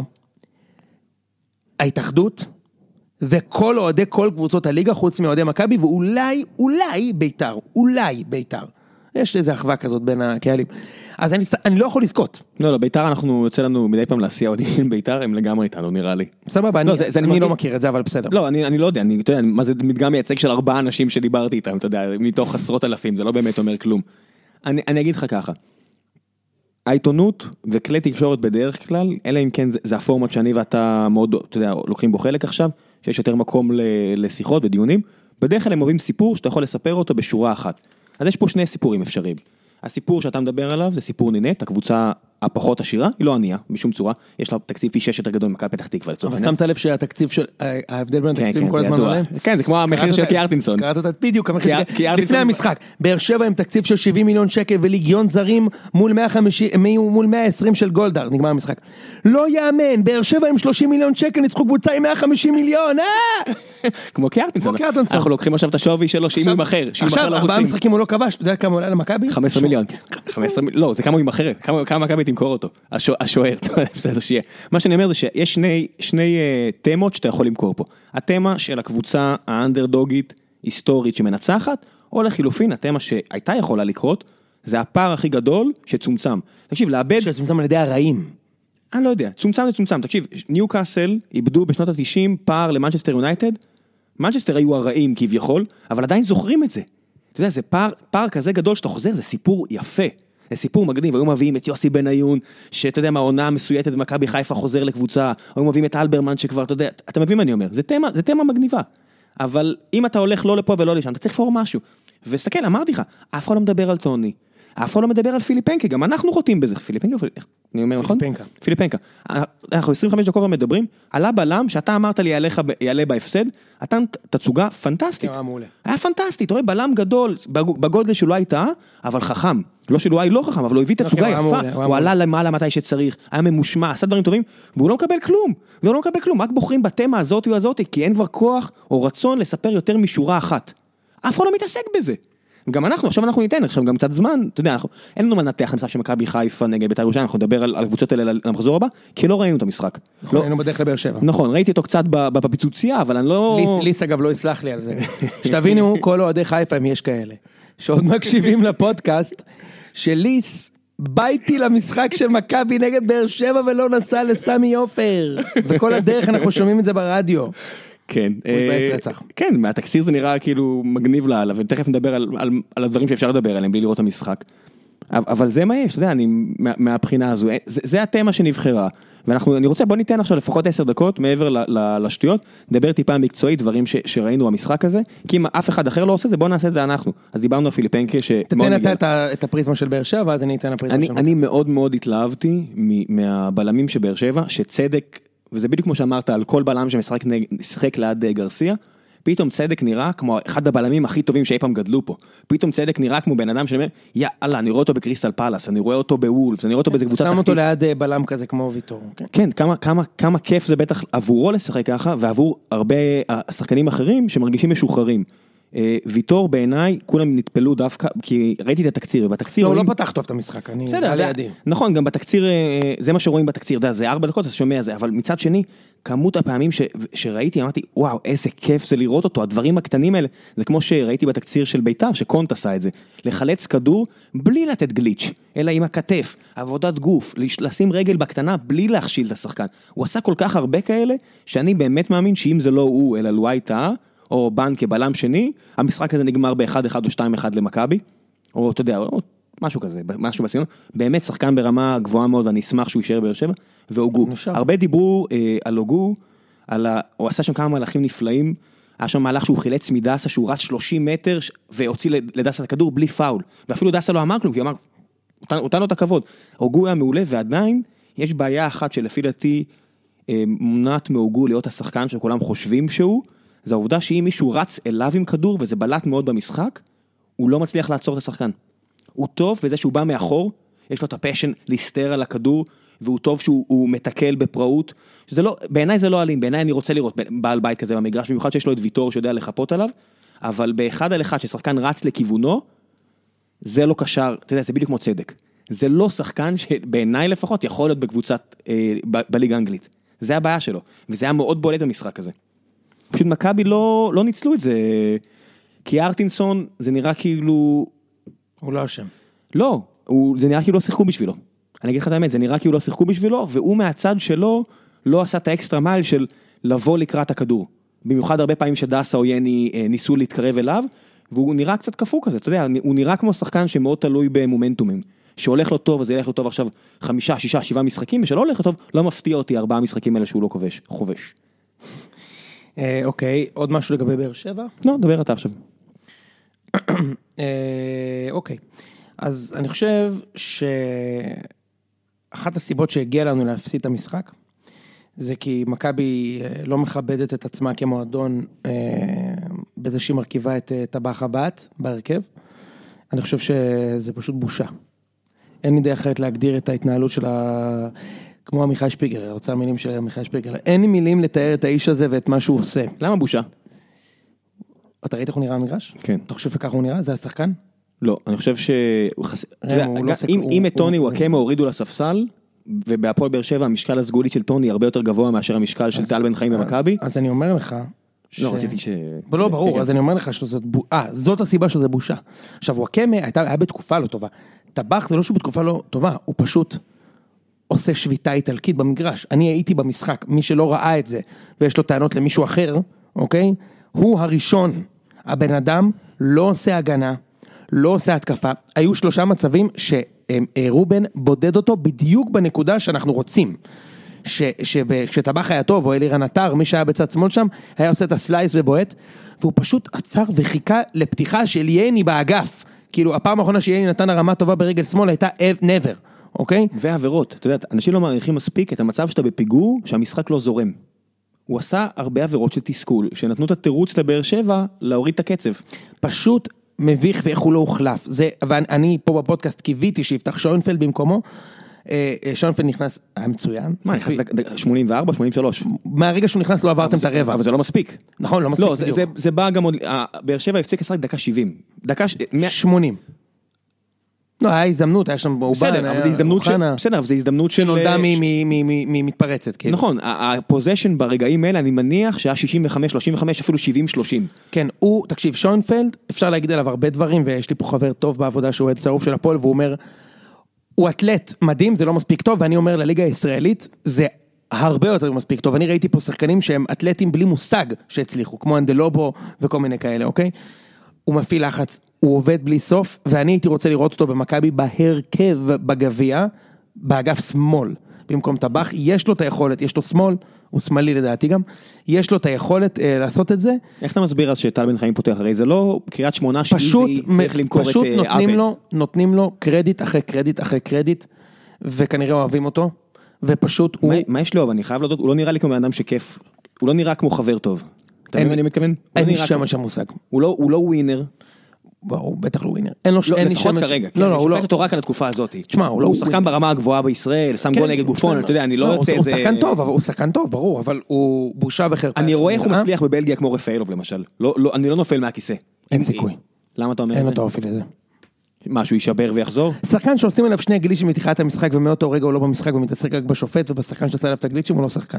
ההתאחדות, וכל אוהדי כל קבוצות הליגה, חוץ מאוהדי מכבי, ואולי ביתר, יש איזו אחווה כזאת בין הקהלים. אז אני לא יכול לזכות. לא, ביתר אנחנו יוצא לנו מדי פעם להסיע אוהדים ביתר, הם לגמרי איתנו, נראה לי. סבבה, אני לא מכיר את זה, אבל בסדר. לא, אני לא יודע, מה זה מדגם מייצג של 4 אנשים שדיברתי איתם, אתה יודע, מתוך עשרות אלפים, זה לא באמת אומר כלום. אני אגיד לך ככה, העיתונות וכלי תקשורת בדרך כלל, אלא אם כן זה הפורמט שאני ואתה מאוד, אתה יודע, לוקחים בו חלק עכשיו, שיש יותר מקום לשיחות ודיונים, בדרך כלל הם אוהבים סיפור שאתה יכול לספר אותו בשורה אחת. אז יש פה 2 סיפורים אפשריים. הסיפור שאתה מדבר עליו זה סיפור נינט, הקבוצה הפחות עשירה, היא לא ענייה, משום צורה, יש לה תקציב פי 6 יותר גדול ממכבי פתח תקווה לצורך העניין. אבל שמת לב שהתקציב של, ההבדל בין התקציבים כל הזמן עולה? כן, זה כמו המחיר של קיארטינסון. קראת את בדיוק המחיר של, לפני המשחק, באר שבע עם תקציב של 70 מיליון שקל וליגיון זרים מול 120 של גולדהר, נגמר המשחק. לא יאמן, באר שבע עם 30 מיליון שקל ניצחו קבוצה עם 150 מיליון, כמו קיארטינסון. אנחנו לוקחים עכשיו את השווי שלו, שאם הוא ימחר, עכשיו 4 משחקים הוא לא כבש, אתה יודע כמה עולה למכבי? 15 מיליון. לא, זה כמה הוא ימחר, כמה מכבי תמכור אותו. השואל, בסדר שיהיה. מה שאני אומר זה שיש שני תמות שאתה יכול למכור פה. התמה של הקבוצה האנדרדוגית, היסטורית שמנצחת, או לחילופין, התמה שהייתה יכולה לקרות, זה הפער הכי גדול שצומצם. תקשיב, לאבד... שצומצם על ידי הרעים. אני לא יודע, צומצם. תקשיב, ניוקאסל איבדו בשנות ה-90 פער למנצ'סטר יונייטד, מנצ'סטר היו הרעים כביכול, אבל עדיין זוכרים את זה. אתה יודע, זה פער כזה גדול שאתה חוזר, זה סיפור יפה. זה סיפור מגניב, היו מביאים את יוסי בניון, שאתה יודע מה, העונה המסויטת במכבי חיפה חוזר לקבוצה, היו מביאים את אלברמן שכבר, אתה יודע, אתה מבין מה אני אומר, זה תמה מגניבה, אבל אם אתה הולך לא לפה ולא לשם, אתה צריך לפור משהו, וסתכל, אמרתי לך, אף אחד לא מדבר על טוני, אף אחד לא מדבר על פיליפנקה, גם אנחנו חוטאים בזה, פיליפנקה, אני אומר נכון? פיליפנקה. אנחנו 25 דקות מדברים, עלה בלם שאתה אמרת לי יעלה בהפסד, אתה תצוגה פנטסטית. היה פנטסטית, אתה רואה בלם גדול, בגודל שלו הייתה, אבל חכם. לא שלו היה לא חכם, אבל הוא הביא תצוגה יפה, הוא עלה למעלה מתי שצריך, היה ממושמע, עשה דברים טובים, והוא לא מקבל כלום, רק בוחרים בתמה הזאת או הזאת, כי אין כבר כוח או רצון לספר יותר משורה אחת. אף אחד לא מתעסק בזה. גם עכשיו אנחנו ניתן, עכשיו גם קצת זמן, אתה יודע, אין לנו מנתח המשחק של מכבי חיפה נגד בית"ר ירושלים, אנחנו נדבר על הקבוצות האלה למחזור הבא, כי לא ראינו את המשחק. היינו בדרך לבאר שבע. נכון, ראיתי אותו קצת בפיצוציה, אבל אני לא... ליס אגב לא יסלח לי על זה. שתבינו, כל אוהדי חיפה אם יש כאלה, שעוד מקשיבים לפודקאסט, שליס בא איתי למשחק של מכבי נגד באר שבע ולא נסע לסמי עופר, וכל הדרך אנחנו שומעים את זה ברדיו. כן, רצח. כן, מהתקציר זה נראה כאילו מגניב לעלה, ותכף נדבר על הדברים שאפשר לדבר עליהם, בלי לראות את המשחק. אבל זה מה יש, אתה יודע, מהבחינה הזו, זה התמה שנבחרה, ואני רוצה, בוא ניתן עכשיו לפחות 10 דקות, מעבר לשטויות, נדבר טיפה מקצועית, דברים שראינו במשחק הזה, כי אם אף אחד אחר לא עושה את זה, בוא נעשה את זה אנחנו. אז דיברנו על פיליפנקה, תתן את הפריזמה של באר שבע, אז אני אתן הפריזמה של... אני מאוד מאוד התלהבתי מהבלמים של באר שבע, שצדק וזה בדיוק כמו שאמרת על כל בלם שמשחק ליד גרסיה, פתאום צדק נראה כמו אחד הבלמים הכי טובים שאי פעם גדלו פה. פתאום צדק נראה כמו בן אדם שאומר, יאללה, אני רואה אותו בקריסטל פלאס, אני רואה אותו בוולפס, אני רואה אותו באיזה קבוצה תחתית. שם אותו ליד בלם כזה כמו ויטור. כן, כמה כיף זה בטח עבורו לשחק ככה, ועבור הרבה השחקנים אחרים שמרגישים משוחררים. ויטור בעיניי, כולם נטפלו דווקא, כי ראיתי את התקציר, ובתקציר... לא, לא פתח טוב את המשחק, אני... בסדר, נכון, גם בתקציר, זה מה שרואים בתקציר, זה 4 דקות, אז שומע זה, אבל מצד שני, כמות הפעמים שראיתי, אמרתי, וואו, איזה כיף זה לראות אותו, הדברים הקטנים האלה, זה כמו שראיתי בתקציר של בית"ר, שקונט עשה את זה, לחלץ כדור, בלי לתת גליץ', אלא עם הכתף, עבודת גוף, לשים רגל בקטנה, בלי להכשיל את השחקן. הוא עשה כל כך הרבה כאלה, שאני באמת מאמין שאם זה לא הוא, אלא לואי טעה, או בן כבלם שני, המשחק הזה נגמר ב-1-1 או 2-1 למכבי, או אתה יודע, או משהו כזה, משהו בסגנון, באמת שחקן ברמה גבוהה מאוד, ואני אשמח שהוא יישאר באר שבע, והוגו. הרבה דיברו על הוגו, הוא עשה שם כמה מהלכים נפלאים, היה שם מהלך שהוא חילץ מדסה, שהוא רץ 30 מטר, והוציא לדסה את הכדור בלי פאול, ואפילו דסה לא אמר כלום, כי הוא אמר, אותנו את הכבוד, הוגו היה מעולה, ועדיין יש בעיה אחת שלפי דעתי מונעת מהוגו להיות השחקן שכולם חושבים שהוא, זה העובדה שאם מישהו רץ אליו עם כדור, וזה בלט מאוד במשחק, הוא לא מצליח לעצור את השחקן. הוא טוב בזה שהוא בא מאחור, יש לו את הפשן להסתר על הכדור, והוא טוב שהוא מתקל בפראות, שזה לא, בעיניי זה לא אלים, בעיניי אני רוצה לראות בעל בית כזה במגרש, במיוחד שיש לו את ויטור שיודע לחפות עליו, אבל באחד על אחד ששחקן רץ לכיוונו, זה לא קשר, אתה יודע, זה בדיוק כמו צדק. זה לא שחקן שבעיניי לפחות יכול להיות בקבוצת, בליגה האנגלית. זה הבעיה שלו, וזה היה מאוד בולט במשחק הזה. פשוט מכבי לא ניצלו את זה, כי ארטינסון זה נראה כאילו... הוא לא אשם. לא, זה נראה כאילו לא שיחקו בשבילו. אני אגיד לך את האמת, זה נראה כאילו לא שיחקו בשבילו, והוא מהצד שלו לא עשה את האקסטרה מייל של לבוא לקראת הכדור. במיוחד הרבה פעמים שדסה או יני ניסו להתקרב אליו, והוא נראה קצת כפו כזה, אתה יודע, הוא נראה כמו שחקן שמאוד תלוי במומנטומים. שהולך לו טוב, אז זה ילך לו טוב עכשיו 5, 6, 7 משחקים, ושלא הולך לו טוב, לא מפתיע אותי 4 משחקים האלה שהוא לא חובש. אוקיי, עוד משהו לגבי באר שבע? לא, דבר אתה עכשיו. אוקיי, אז אני חושב שאחת הסיבות שהגיעה לנו להפסיד את המשחק, זה כי מכבי לא מכבדת את עצמה כמועדון, בזה שהיא מרכיבה את טבח הבת בהרכב. אני חושב שזה פשוט בושה. אין לי דרך אחרת להגדיר את ההתנהלות של כמו עמיחי שפיגלר, רוצה מילים של עמיחי שפיגלר. אין לי מילים לתאר את האיש הזה ואת מה שהוא עושה. למה בושה? אתה ראית איך הוא נראה המגרש? כן. אתה חושב שככה הוא נראה? זה השחקן? לא, אני חושב אם את טוני וואקמה הורידו לספסל, ובהפועל באר שבע המשקל הסגולי של טוני הרבה יותר גבוה מאשר המשקל של טל בן חיים במכבי. אז אני אומר לך... לא, רציתי ש... לא, ברור, אז אני אומר לך זאת הסיבה שזה בושה. עכשיו, וואקמה היה בתקופה לא טובה. טבח זה לא שהוא בתקופה לא טובה, הוא פשוט עושה שביתה איטלקית במגרש. אני הייתי במשחק, מי שלא ראה את זה, ויש לו טענות למישהו אחר, אוקיי? הוא הראשון. הבן אדם לא עושה הגנה, לא עושה התקפה. היו 3 מצבים רובן בודד אותו בדיוק בנקודה שאנחנו רוצים. שטבח היה טוב, או אלירן עטר, מי שהיה בצד שמאל שם, היה עושה את הסלייס ובועט, והוא פשוט עצר וחיכה לפתיחה של יני באגף. כאילו, הפעם האחרונה שיני נתן הרמה טובה ברגל שמאל, הייתה never, אוקיי? ועבירות, אתה יודע, אנשים לא מעריכים מספיק את המצב שאתה בפיגור, שהמשחק לא זורם. הוא עשה הרבה עבירות של תסכול, שנתנו את התירוץ לבאר שבע, להוריד את הקצב. פשוט מביך ואיך הוא לא הוחלף. ואני פה בפודקאסט קיוויתי שיפתח שוינפלד במקומו, שוינפלד נכנס, היה מצוין. מה, נכנס 84, 83? מהרגע שהוא נכנס לא עברתם את הרבע. אבל זה לא מספיק. נכון, לא מספיק. לא, זה בא גם עוד, באר שבע הפסיק לשחק דקה 70. דקה 80. לא, היה הזדמנות, היה שם באובן, בסדר, אבל זה הזדמנות שנולדה ממתפרצת. נכון, הפוזיישן ברגעים האלה, אני מניח שהיה 65, 35, אפילו 70, 30. כן, תקשיב, שוינפלד, אפשר להגיד עליו הרבה דברים, ויש לי פה חבר טוב בעבודה שהוא צרוף של הפועל, והוא אומר, הוא אתלט מדהים, זה לא מספיק טוב, ואני אומר לליגה הישראלית, זה הרבה יותר מספיק טוב. אני ראיתי פה שחקנים שהם אתלטים בלי מושג שהצליחו, כמו אנדלובו וכל מיני כאלה, אוקיי? הוא מפעיל לחץ, הוא עובד בלי סוף, ואני הייתי רוצה לראות אותו במכבי בהרכב בגביע, באגף שמאל, במקום טבח, יש לו את היכולת, יש לו שמאל, הוא שמאלי לדעתי גם, יש לו את היכולת לעשות את זה. איך אתה מסביר אז שטל בן חיים פותח? הרי זה לא קריית שמונה שאיזי צריך למכור את פשוט נותנים לו קרדיט אחרי קרדיט אחרי קרדיט, וכנראה אוהבים אותו, ופשוט הוא... מה יש לו? אבל אני חייב לדעת, הוא לא נראה לי כמו אדם שכיף, הוא לא נראה כמו חבר טוב. אתה מבין מה אני מתכוון? אין לי שם מושג. הוא לא ווינר. הוא בטח לא ווינר. אין לו לפחות כרגע. לא, הוא שופט אותו רק על התקופה הזאת. תשמע, הוא שחקן ברמה הגבוהה בישראל, שם גול נגד בופון, אתה יודע, אני לא יוצא איזה... הוא שחקן טוב, ברור, אבל הוא בושה וחרפה. אני רואה איך הוא מצליח בבלגיה כמו רפאלוב למשל. אני לא נופל מהכיסא. אין סיכוי. למה אתה אומר את אין זה? לו את האופי לזה. משהו יישבר ויחזור? שחקן שעושים עליו שני גלישים מתחילת המשחק, ומאותו רגע הוא לא במשחק ומתעסק רק בשופט, ובשחקן שעשה עליו את הגלישים הוא לא שחקן.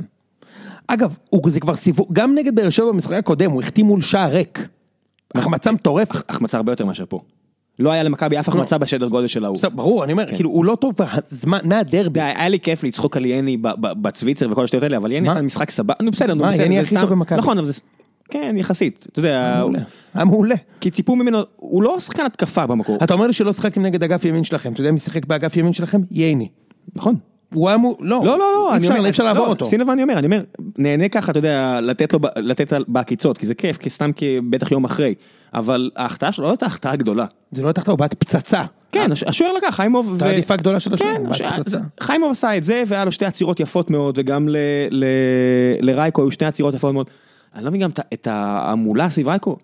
אגב, זה כבר סיבוב, גם נגד באר שבע במשחק הקודם, הוא החתים מול שער ריק. החמצה מטורפת. החמצה הרבה יותר מאשר פה. לא היה למכבי אף החמצה בשדר גודל של ההוא. ברור, אני אומר, כאילו, הוא לא טוב מהדרבי. היה לי כיף לצחוק על יני בצוויצר וכל השטויות האלה, אבל יני היה משחק סבבה. נו בסדר, מה, יני הכי טוב במכבי. נכון, אבל זה... כן, יחסית. אתה יודע... היה מעולה. כי ציפו ממנו, הוא לא שחקן התקפה במקור. אתה אומר לי שלא שחקתם נגד אגף ימין שלכם. אתה יודע מי שחק באגף ימין שלכם? יני. נכון. הוא היה לא, אפשר לעבור אותו. שים לב אני אומר, נהנה ככה, אתה יודע, לתת בעקיצות, כי זה כיף, כי סתם בטח יום אחרי, אבל ההחטאה שלו לא הייתה החטאה גדולה. זה לא הייתה החטאה, הוא באת פצצה. כן, השוער לקח, חיימוב... את העדיפה גדולה של השוער, חיימוב עשה את זה, והיה לו שתי עצירות יפות מאוד, וגם לרייקו היו שתי עצירות יפות מאוד. אני לא מבין גם את המולה סביב רייקו.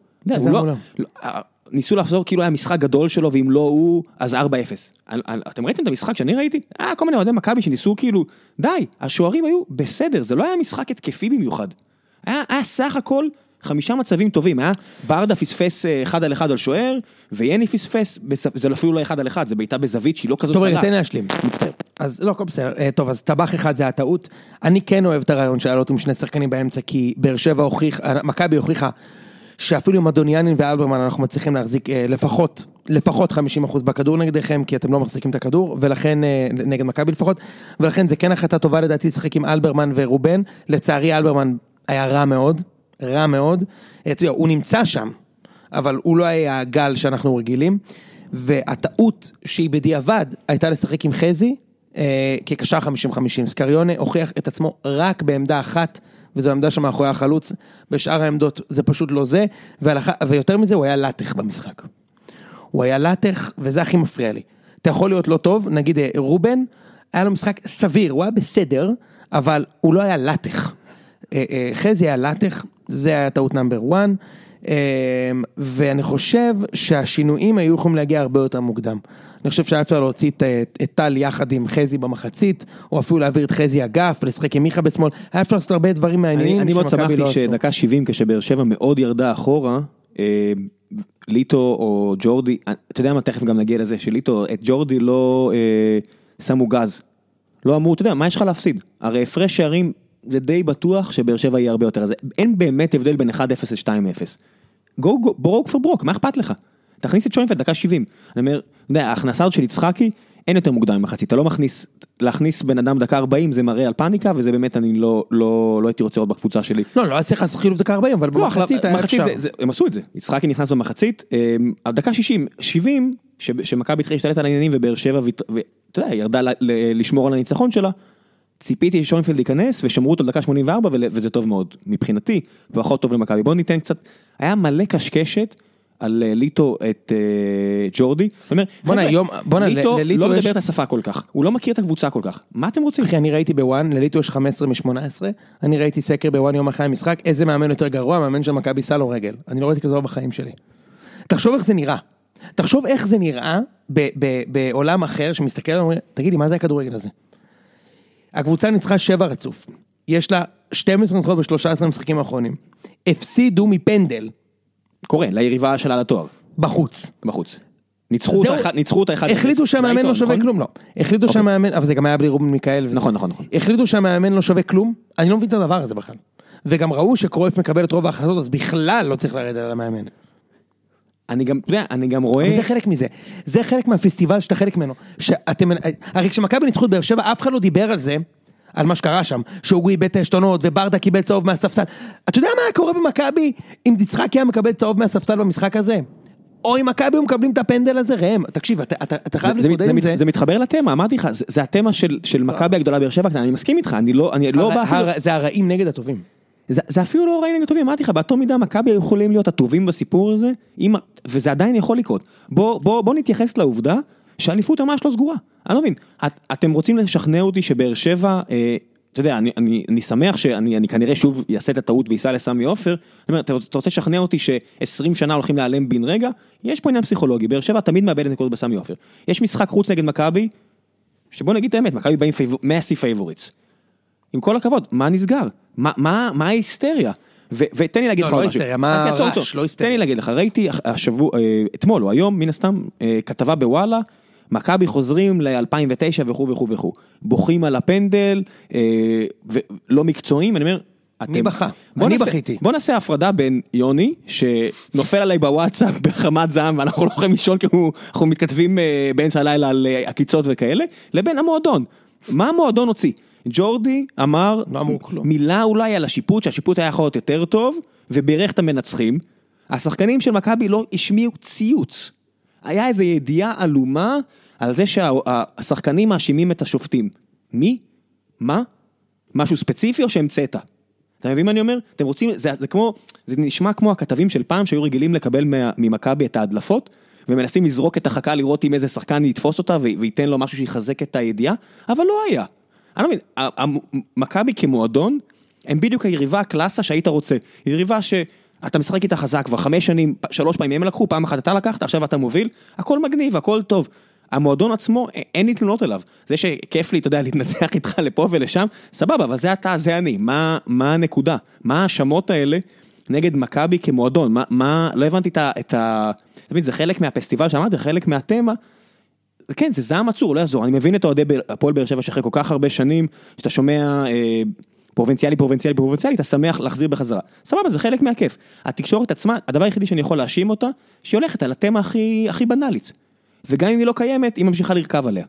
ניסו לחזור כאילו היה משחק גדול שלו, ואם לא הוא, אז 4-0. אתם ראיתם את המשחק שאני ראיתי? כל מיני אוהדי מכבי שניסו כאילו, די, השוערים היו בסדר, זה לא היה משחק התקפי במיוחד. היה סך הכל 5 מצבים טובים, ברדה פספס 1 על 1 על שוער, ויני פספס, זה אפילו לא 1 על 1, זה בעיטה בזווית שהיא לא כזאת טוב רגע, תן לי להשלים. מצטער. אז לא, הכל בסדר. טוב, אז טבח אחד זה הטעות. אני כן אוהב את הרעיון שהיה לו עם שני שחקנים באמצע, כי באר שבע מכבי הוכיחה שאפילו עם אדוניאנין ואלברמן אנחנו מצליחים להחזיק לפחות 50% בכדור נגדכם, כי אתם לא מחזיקים את הכדור, ולכן, נגד מכבי לפחות, ולכן זה כן החלטה טובה לדעתי לשחק עם אלברמן ורובן. לצערי אלברמן היה רע מאוד, הוא נמצא שם, אבל הוא לא היה הגל שאנחנו רגילים, והטעות שהיא בדיעבד הייתה לשחק עם חזי, כקשר 50-50, סקריונה הוכיח את עצמו רק בעמדה אחת, וזו העמדה שמאחורי החלוץ, בשאר העמדות זה פשוט לא זה, ויותר מזה הוא היה לטח במשחק. הוא היה לטח, וזה הכי מפריע לי. אתה יכול להיות לא טוב, נגיד רובן, היה לו משחק סביר, הוא היה בסדר, אבל הוא לא היה לטח. חזי היה לטח, זה היה טעות נאמבר 1, ואני חושב שהשינויים היו יכולים להגיע הרבה יותר מוקדם. אני חושב שהיה אפשר להוציא את טל יחד עם חזי במחצית, או אפילו להעביר את חזי אגף, ולשחק עם מיכה בשמאל, היה אפשר לעשות הרבה דברים מעניינים. אני מאוד שמחתי שדקה 70, כשבאר שבע מאוד ירדה אחורה, ליטו או ג'ורדי, אתה יודע מה, תכף גם נגיע לזה, שליטו, את ג'ורדי לא שמו גז, לא אמרו, אתה יודע, מה יש לך להפסיד? הרי הפרש שערים, זה די בטוח שבאר שבע יהיה הרבה יותר, אז אין באמת הבדל בין 1-0 ל-2-0. ברוק פור ברוק, מה אכפת לך? תכניס את שוינפלד דקה 70. אני אומר, ההכנסה של יצחקי, אין יותר מוקדם ממחצית, אתה לא להכניס בן אדם דקה 40, זה מראה על פניקה, וזה באמת אני לא הייתי רוצה עוד בקבוצה שלי. לא צריך לעשות חילוף דקה 40, אבל במחצית היה אפשר. הם עשו את זה, יצחקי נכנס במחצית, הדקה 60, 70, שמכבי התחילה להשתלט על העניינים, ובאר שבע, ואתה יודע, ירדה לשמור על הניצחון שלה, ציפיתי ששוינפלד ייכנס, ושמרו אותו לדקה 84, וזה טוב מאוד, מבחינתי, ואחות טוב למכבי. בואו ניתן קצת, היה מלא קשקשת, על ליטו את ג'ורדי. ליטו לא מדבר את השפה כל כך, הוא לא מכיר את הקבוצה כל כך. מה אתם רוצים? אחי, אני ראיתי בוואן, לליטו יש 15 מ-18, אני ראיתי סקר בוואן יום אחרי המשחק, איזה מאמן יותר גרוע, מאמן של מכבי סע לו רגל. אני לא ראיתי כזה בחיים שלי. תחשוב איך זה נראה, בעולם אחר שמסתכל ואומר, תגידי, מה זה הכדורגל הזה? הקבוצה ניצחה 7 רצוף. יש לה 12 ניצחונות ב-13 המשחקים האחרונים. הפסידו מפנדל. קורה, ליריבה שלה לתואר. בחוץ. ניצחו אותה אחד. החליטו שהמאמן לא שווה כלום, לא. החליטו שהמאמן, אבל זה גם היה בלי רובן מיכאל. נכון. החליטו שהמאמן לא שווה כלום, אני לא מבין את הדבר הזה בכלל. וגם ראו שקרויף מקבל את רוב ההחלטות, אז בכלל לא צריך לרדת על המאמן. אני גם רואה... וזה חלק מזה. זה חלק מהפסטיבל שאתה חלק ממנו. הרי כשמכבי ניצחו את באר שבע, אף אחד לא דיבר על זה, על מה שקרה שם, שהוא איבד את העשתונות, וברדה קיבל צהוב מהספסל. אתה יודע מה היה קורה במכבי, אם יצחקי היה מקבל צהוב מהספסל במשחק הזה? או אם מכבי הוא מקבלים את הפנדל הזה, ראם, תקשיב, אתה חייב להתמודד עם זה. זה מתחבר לתמה, אמרתי לך, זה התמה של מכבי הגדולה באר שבע, אני מסכים איתך, זה הרעים נגד הטובים. זה אפילו לא רעים נגד הטובים, אמרתי לך, באותו מידה מכבי יכולים להיות הטובים בסיפור הזה, וזה עדיין יכול לקרות. בוא נתייחס לעובדה שהאליפות ממש לא סגורה. אני לא מבין, אתם רוצים לשכנע אותי שבאר שבע, אתה יודע, אני שמח שאני כנראה שוב יעשה את הטעות ויסע לסמי עופר, אתה רוצה לשכנע אותי ש20 שנה הולכים להיעלם בן רגע, יש פה עניין פסיכולוגי, באר שבע תמיד מאבדת נקודות בסמי עופר. יש משחק חוץ נגד מכבי, שבוא נגיד את האמת, מכבי באים מאסי פייבוריטס. עם כל הכבוד, מה נסגר? מה ההיסטריה? ותן לי להגיד לך משהו. תן לי להגיד לך, ראיתי אתמול או היום, מן הסתם, כתבה בוואלה, מכבי חוזרים ל-2009 וכו'. בוכים על הפנדל, ולא מקצועיים, אני אומר, מי בכה? אני בכיתי. בוא נעשה הפרדה בין יוני, שנופל עליי בוואטסאפ בחמת זעם, ואנחנו לא יכולים לישון, כי אנחנו מתכתבים באמצע הלילה על עקיצות וכאלה, לבין המועדון. מה המועדון הוציא? ג'ורדי אמר מילה אולי על השיפוט, שהשיפוט היה יכול להיות יותר טוב, ובירך את המנצחים. השחקנים של מכבי לא השמיעו ציוץ. היה איזו ידיעה עלומה על זה שהשחקנים מאשימים את השופטים. מי? מה? משהו ספציפי או שהמצאת? אתה מבין מה אני אומר? אתם רוצים, זה נשמע כמו הכתבים של פעם שהיו רגילים לקבל ממכבי את ההדלפות, ומנסים לזרוק את החכה לראות אם איזה שחקן יתפוס אותה וייתן לו משהו שיחזק את הידיעה, אבל לא היה. אני לא מבין, מכבי כמועדון, הם בדיוק היריבה הקלאסה שהיית רוצה. יריבה שאתה משחק איתה חזק כבר 5 שנים, 3 פעמים הם לקחו, פעם אחת אתה לקחת, עכשיו אתה מוביל, הכל מגניב, הכל טוב. המועדון עצמו, אין לי תלונות אליו. זה שכיף לי, אתה יודע, להתנצח איתך לפה ולשם, סבבה, אבל זה אתה, זה אני. מה הנקודה? מה השמות האלה נגד מכבי כמועדון? לא הבנתי זה חלק מהפסטיבל שאמרתי, זה חלק מהתמה. כן, זה זעם עצור, לא יעזור. אני מבין את אוהדי הפועל באר שבע שאחרי כל כך הרבה שנים, שאתה שומע פרובינציאלי, אתה שמח להחזיר בחזרה. סבבה, זה חלק מהכיף. התקשורת עצמה, הדבר היחידי שאני יכול להאשים אותה, שהיא הולכת על התמה הכי בנאלית. וגם אם היא לא קיימת, היא ממשיכה לרכב עליה.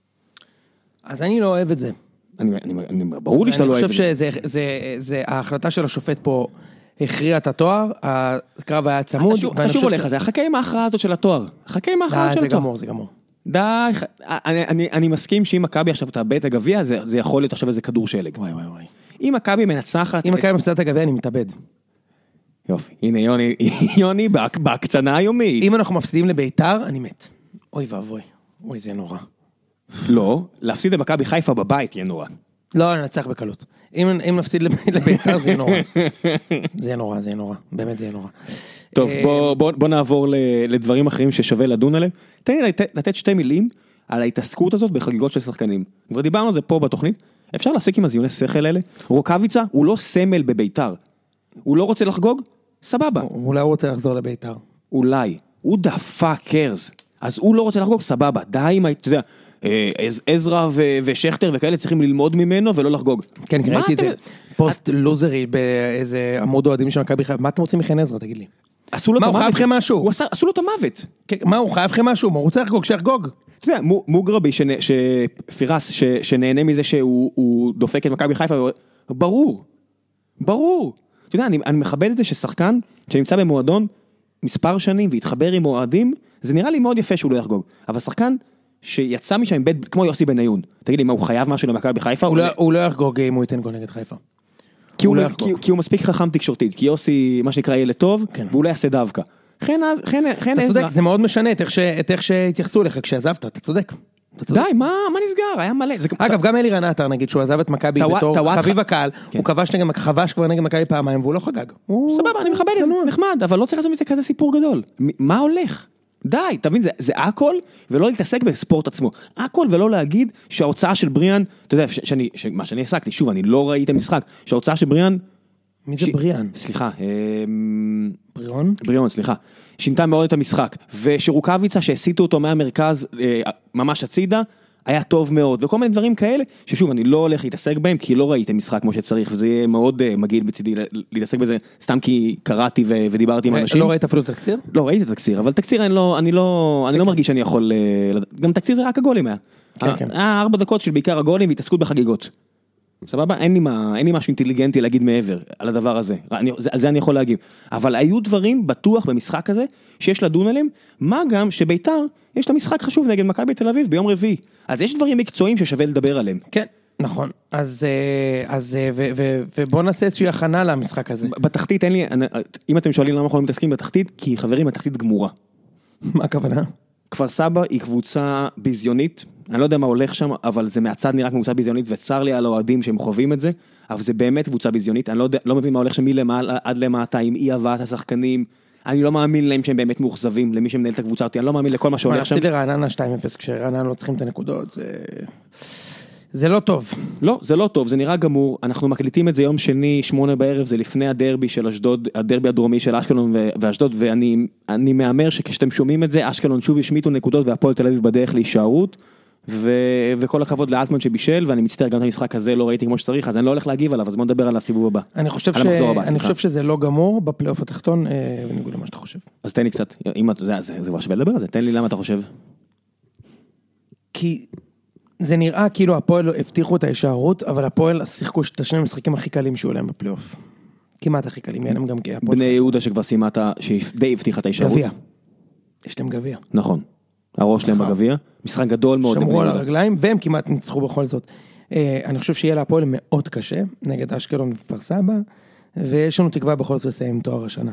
אז אני לא אוהב את זה. ברור לי שאתה לא אוהב את זה. אני חושב שההחלטה של השופט פה הכריע את התואר, הקרב היה צמוד. אתה שוב הולך על זה, חכה עם ההכרעה הזאת של התואר. חכה עם ההכרעה של התואר. זה גמור. די, אני מסכים שאם מכבי עכשיו תאבד את הגביע, זה יכול להיות עכשיו איזה כדור שלג. וואי. אם מכבי מנצחת... אם מכבי מפסידה את הגביע, אני מתאבד. יופי, הנה יוני בהקצנה היומית. אם אנחנו מפסידים לביתר, אני מת. אוי ואבוי, אוי זה נורא. לא, להפסיד למכבי חיפה בבית יהיה נורא. לא, ננצח בקלות. אם נפסיד לביתר זה יהיה נורא. זה יהיה נורא, באמת זה יהיה נורא. טוב, בוא נעבור לדברים אחרים ששווה לדון עליהם. תן לי לתת 2 מילים על ההתעסקות הזאת בחגיגות של שחקנים. כבר דיברנו על זה פה בתוכנית. אפשר להסיק עם הזיוני שכל האלה. רוקאביצה הוא לא סמל בביתר. הוא לא רוצה לחגוג? סבבה. אולי הוא רוצה לחזור לביתר. אולי. הוא דפק קרס. אז הוא לא רוצה לחגוג? סבבה. די, אתה יודע, עזרא ושכתר וכאלה צריכים ללמוד ממנו ולא לחגוג. כן, ראיתי את זה. פוסט לוזרי באיזה עמוד אוהדים של מכבי חיפה. מה אתם רוצים מכן עזרא, תגיד לי? עשו לו מה, הוא חייב לכם משהו? עשו לו את המוות. מה, הוא חייב לכם משהו? הוא רוצה לחגוג, שיחגוג. אתה יודע, מוגרבי, פירס, שנהנה מזה שהוא דופק את מכבי חיפה, ברור. אתה יודע, אני מכבד את זה ששחקן שנמצא במועדון מספר שנים והתחבר עם מועדים, זה נראה לי מאוד יפה שהוא לא יחגוג. אבל שחקן שיצא משם כמו יוסי בניון, תגיד לי, מה הוא חייב משהו למכבי חיפה? הוא לא יחגוג אם הוא ייתן גול נגד חיפה. כי הוא מספיק חכם תקשורתית, כי יוסי, מה שנקרא, ילד טוב, והוא לא יעשה דווקא. אתה צודק, זה מאוד משנה את איך שהתייחסו לך כשעזבת, אתה צודק. די, מה נסגר? היה מלא. אגב, גם אלירן עטר, נגיד, שהוא עזב את מכבי בתור חביב הקהל, הוא כבש כבר נגד מכבי פעמיים, והוא לא חגג. סבבה, אני מכבד את זה, נחמד, אבל לא צריך לעשות מזה כזה סיפור גדול. מה הולך? די, תבין, זה הכל, ולא להתעסק בספורט עצמו. הכל ולא להגיד שההוצאה של בריאן, אתה יודע, מה שאני עסקתי, שוב, אני לא ראיתי את המשחק, שההוצאה של בריאן... מי זה בריאן? סליחה. בריאון, סליחה. שינתה מאוד את המשחק, ושרוקביצה שהסיטו אותו מהמרכז ממש הצידה, היה טוב מאוד, וכל מיני דברים כאלה, ששוב, אני לא הולך להתעסק בהם, כי לא ראיתי משחק כמו שצריך, וזה יהיה מאוד מגעיל בצידי להתעסק בזה, סתם כי קראתי ודיברתי עם אנשים. לא ראית אפילו את התקציר? לא, ראיתי את התקציר, אבל תקציר אני לא מרגיש שאני יכול, גם תקציר זה רק הגולים היה. 4 דקות של בעיקר הגולים והתעסקות בחגיגות. סבבה? אין לי משהו אינטליגנטי להגיד מעבר על הדבר הזה. על זה אני יכול להגיב. אבל היו דברים בטוח במשחק הזה, שיש לדון עליהם, מה גם שביתר, יש את המשחק חשוב נגד מכבי תל אביב ביום רביעי. אז יש דברים מקצועיים ששווה לדבר עליהם. כן, נכון. אז ובוא נעשה איזושהי הכנה למשחק הזה. בתחתית אין לי, אם אתם שואלים למה אנחנו לא מתעסקים בתחתית, כי חברים, התחתית גמורה. מה הכוונה? כפר סבא היא קבוצה ביזיונית, אני לא יודע מה הולך שם, אבל זה מהצד נראה קבוצה ביזיונית, וצר לי על האוהדים שהם חווים את זה, אבל זה באמת קבוצה ביזיונית, אני לא מבין מה הולך שם מלמעלה עד למטה, עם אי הבאת השחקנים, אני לא מאמין להם שהם באמת מאוכזבים, למי שמנהל את הקבוצה אותי, אני לא מאמין לכל מה שהולך שם. להפסיד לרעננה 2-0, כשרעננה לא צריכים את הנקודות, זה לא טוב. לא, זה לא טוב, זה נראה גמור, אנחנו מקליטים את זה יום שני, 8 בערב, זה לפני הדרבי של אשדוד, הדרבי הדרומי של אשקלון ואשדוד, ואני מאמר שכשאתם שומעים את זה, אשקלון שוב ישמיטו נקודות, והפועל תל אביב בדרך להישארות, וכל הכבוד לאלטמן שבישל, ואני מצטער גם את המשחק הזה, לא ראיתי כמו שצריך, אז אני לא הולך להגיב עליו, אז בוא נדבר על הסיבוב הבא. אני חושב שזה לא גמור בפלייאוף התחתון, בניגוד למה שאתה חושב. אז תן לי קצת, זה כבר שווה לדבר על זה, תן לי למה אתה חושב. כי זה נראה כאילו הפועל הבטיחו את ההישארות, אבל הפועל שיחקו את שני המשחקים הכי קלים שהיו להם בפלייאוף. כמעט הכי קלים, יהיה להם גם בני יהודה שכבר סיימת, שדי הבטיחה את ההישארות. גביע. יש להם גביע. נכון. הראש שלהם בגביע. משחק גדול מאוד. שמרו על הרגליים, והם כמעט ניצחו בכל זאת. אני חושב שיהיה להפועל מאוד קשה, נגד אשקלון וכפר סבא, ויש לנו תקווה בכל זאת לסיים תואר השנה.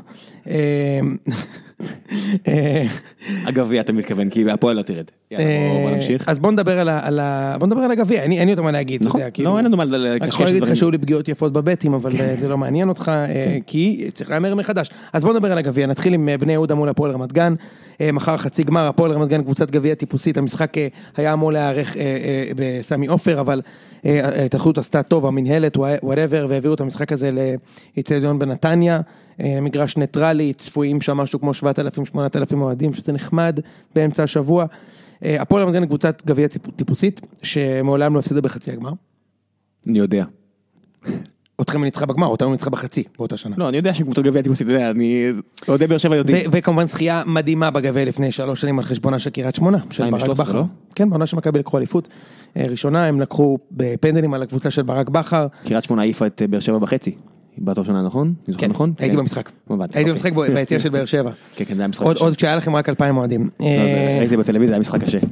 הגביע אתה מתכוון, כי הפועל לא תרד. בוא נמשיך. אז בוא נדבר על הגביע, אין יותר מה להגיד. נכון, לא, אין לנו מה לקשקש. אני יכול להגיד לך שהיו לי פגיעות יפות בבטים, אבל זה לא מעניין אותך, כי צריך להאמר מחדש. אז בוא נדבר על הגביע, נתחיל עם בני יהודה מול הפועל רמת גן, מחר חצי גמר, הפועל רמת גן קבוצת גביע טיפוסית, המשחק היה אמור להיערך בסמי עופר, אבל ההתאחדות עשתה טוב, המנהלת, whatever, והביאו את המשחק הזה לאצטדיון בנתניה, מגרש ניטרלי, צפויים שם משהו כמו 7,000-8,000 אוהדים, שזה נחמד באמצע השבוע. הפועל רמת גן קבוצת גביע טיפוסית, שמעולם לא הפסידה בחצי הגמר. אני יודע. אותכם ניצחה בגמר, אותנו ניצחה בחצי באותה שנה. לא, אני יודע שקבוצת גביע טיפוסית, אני יודע באר שבע יודעים. וכמובן זכייה מדהימה בגביע לפני 3 שנים על חשבונה של קריית שמונה, של ברק בכר. כן, בעונה שמכבי לקחו אליפות ראשונה, הם לקחו בפנדלים על הקבוצה של ברק בכר. קריית שמונה העיפה את באר שבע בחצי. באותו שנה, נכון? כן, הייתי במשחק. הייתי במשחק ביציאה של באר שבע. כן, כן, זה היה משחק קשה. עוד כשהיה לכם רק 2,000 אוהדים. הייתי בטלוויזיה, זה היה משחק קשה.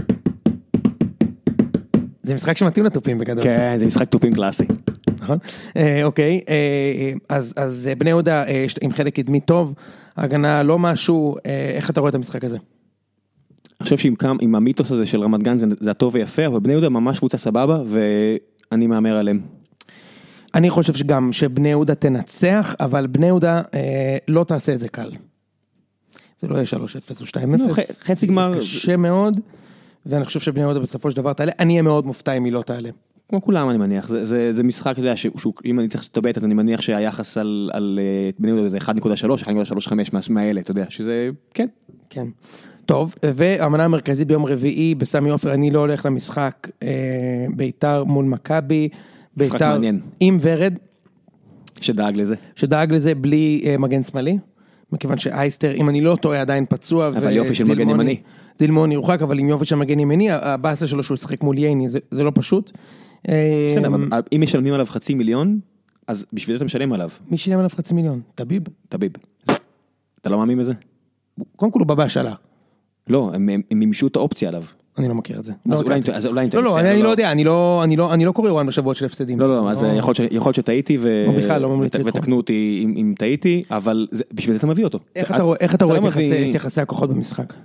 זה משחק שמתאים לטופים בגדול. כן, זה משחק טופים קלאסי. נכון? אוקיי, אז בני יהודה עם חלק קדמי טוב, הגנה לא משהו, איך אתה רואה את המשחק הזה? אני חושב שעם המיתוס הזה של רמת גן זה הטוב ויפה, אבל בני יהודה ממש קבוצה סבבה, ואני מאמר עליהם. אני חושב שגם שבני יהודה תנצח, אבל בני יהודה לא תעשה את זה קל. זה לא יהיה 3-0 או 2-0. חצי גמר. קשה מאוד, ואני חושב שבני יהודה בסופו של דבר תעלה. אני אהיה מאוד מופתע אם היא לא תעלה. כמו כולם אני מניח, זה משחק, אם אני צריך לטבט, אז אני מניח שהיחס על בני יהודה זה 1.3, 1.35 מהאלה, אתה יודע, שזה, כן. כן. טוב, והמנה המרכזית ביום רביעי, בסמי עופר, אני לא הולך למשחק ביתר מול מכבי, ביתר עם ורד. שדאג לזה. שדאג לזה בלי מגן שמאלי, מכיוון שאייסטר, אם אני לא טועה, עדיין פצוע. אבל יופי של מגן ימני. דילמון ירוחק, אבל עם יופי של מגן ימני, הבאסה שלו שהוא ישחק מול ייני, זה לא פשוט. בסדר, אבל אם משלמים עליו 500,000, אז בשביל זה אתה משלם עליו. מי שילם עליו 500,000? טביב? טביב. אתה לא מאמין בזה? קודם כל הוא בא בהשאלה. לא, הם מימשו את האופציה עליו. אני לא מכיר את זה. אז אולי לא, אני לא יודע, אני לא קורא רואן בשבועות של הפסדים. לא, אז יכול להיות שטעיתי, ותקנו אותי אם טעיתי, אבל בשביל זה אתה מביא אותו. איך אתה רואה את יחסי הכוחות במשחק?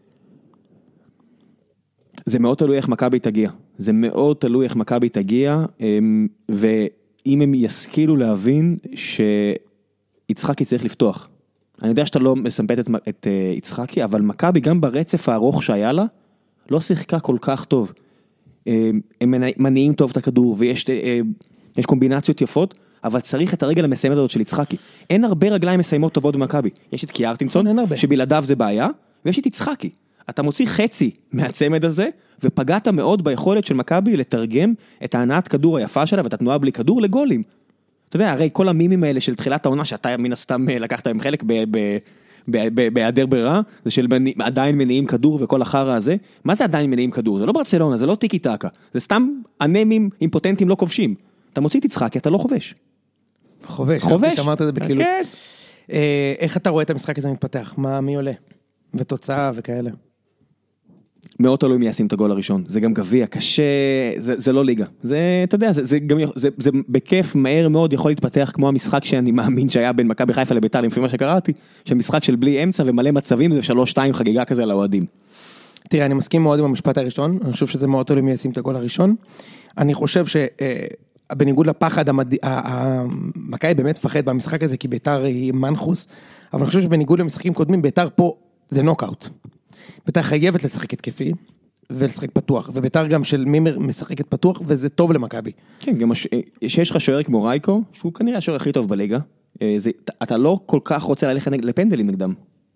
זה מאוד תלוי איך מכבי תגיע. זה מאוד תלוי איך מכבי תגיע, ואם הם ישכילו להבין שיצחקי צריך לפתוח. אני יודע שאתה לא מסמפת את יצחקי, אבל מכבי גם ברצף הארוך שהיה לה, לא שיחקה כל כך טוב. הם מניעים טוב את הכדור, ויש קומבינציות יפות, אבל צריך את הרגל המסיימת הזאת של יצחקי. אין הרבה רגליים מסיימות טובות במכבי. יש את קיארטינסון, שבלעדיו זה בעיה, ויש את יצחקי. אתה מוציא חצי מהצמד הזה, ופגעת מאוד ביכולת של מכבי לתרגם את ההנעת כדור היפה שלה, ואת התנועה בלי כדור לגולים. אתה יודע, הרי כל המימים האלה של תחילת העונה, שאתה מן הסתם לקחת עם חלק בהיעדר ברירה, זה של עדיין מניעים כדור וכל החרא הזה. מה זה עדיין מניעים כדור? זה לא ברצלונה, זה לא טיקי טקה. זה סתם אנמים אימפוטנטים לא כובשים. אתה מוציא תצחק, אתה לא חובש. חובש, שמרת את זה בכאילו. איך אתה רואה את המשחק הזה מתפתח? מי עולה? ותוצאה וכאלה. מאוד תלוי מי ישים את הגול הראשון. זה גם גביע, קשה, זה לא ליגה. זה, אתה יודע, זה בכיף, מהר מאוד יכול להתפתח כמו המשחק שאני מאמין שהיה בין מכבי חיפה לביתר, לפי מה שקראתי, שמשחק של בלי אמצע ומלא מצבים, זה 3-2 חגיגה כזה על האוהדים. תראה, אני מסכים מאוד עם המשפט הראשון, אני חושב שזה מאוד תלוי מי ישים את הגול הראשון. אני חושב שבניגוד לפחד, מכבי באמת פחד במשחק הזה, כי ביתר היא מנחוס, אבל אני חושב שבניגוד למשחקים קודמים, ביתר פה זה נוקאוט. ביתר חייבת לשחק התקפי, ולשחק פתוח, וביתר גם של מימר משחקת פתוח, וזה טוב למכבי. כן, גם שיש לך שוער כמו רייקו, שהוא כנראה השוער הכי טוב בליגה, אתה לא כל כך רוצה ללכת לפנדלים נגדם.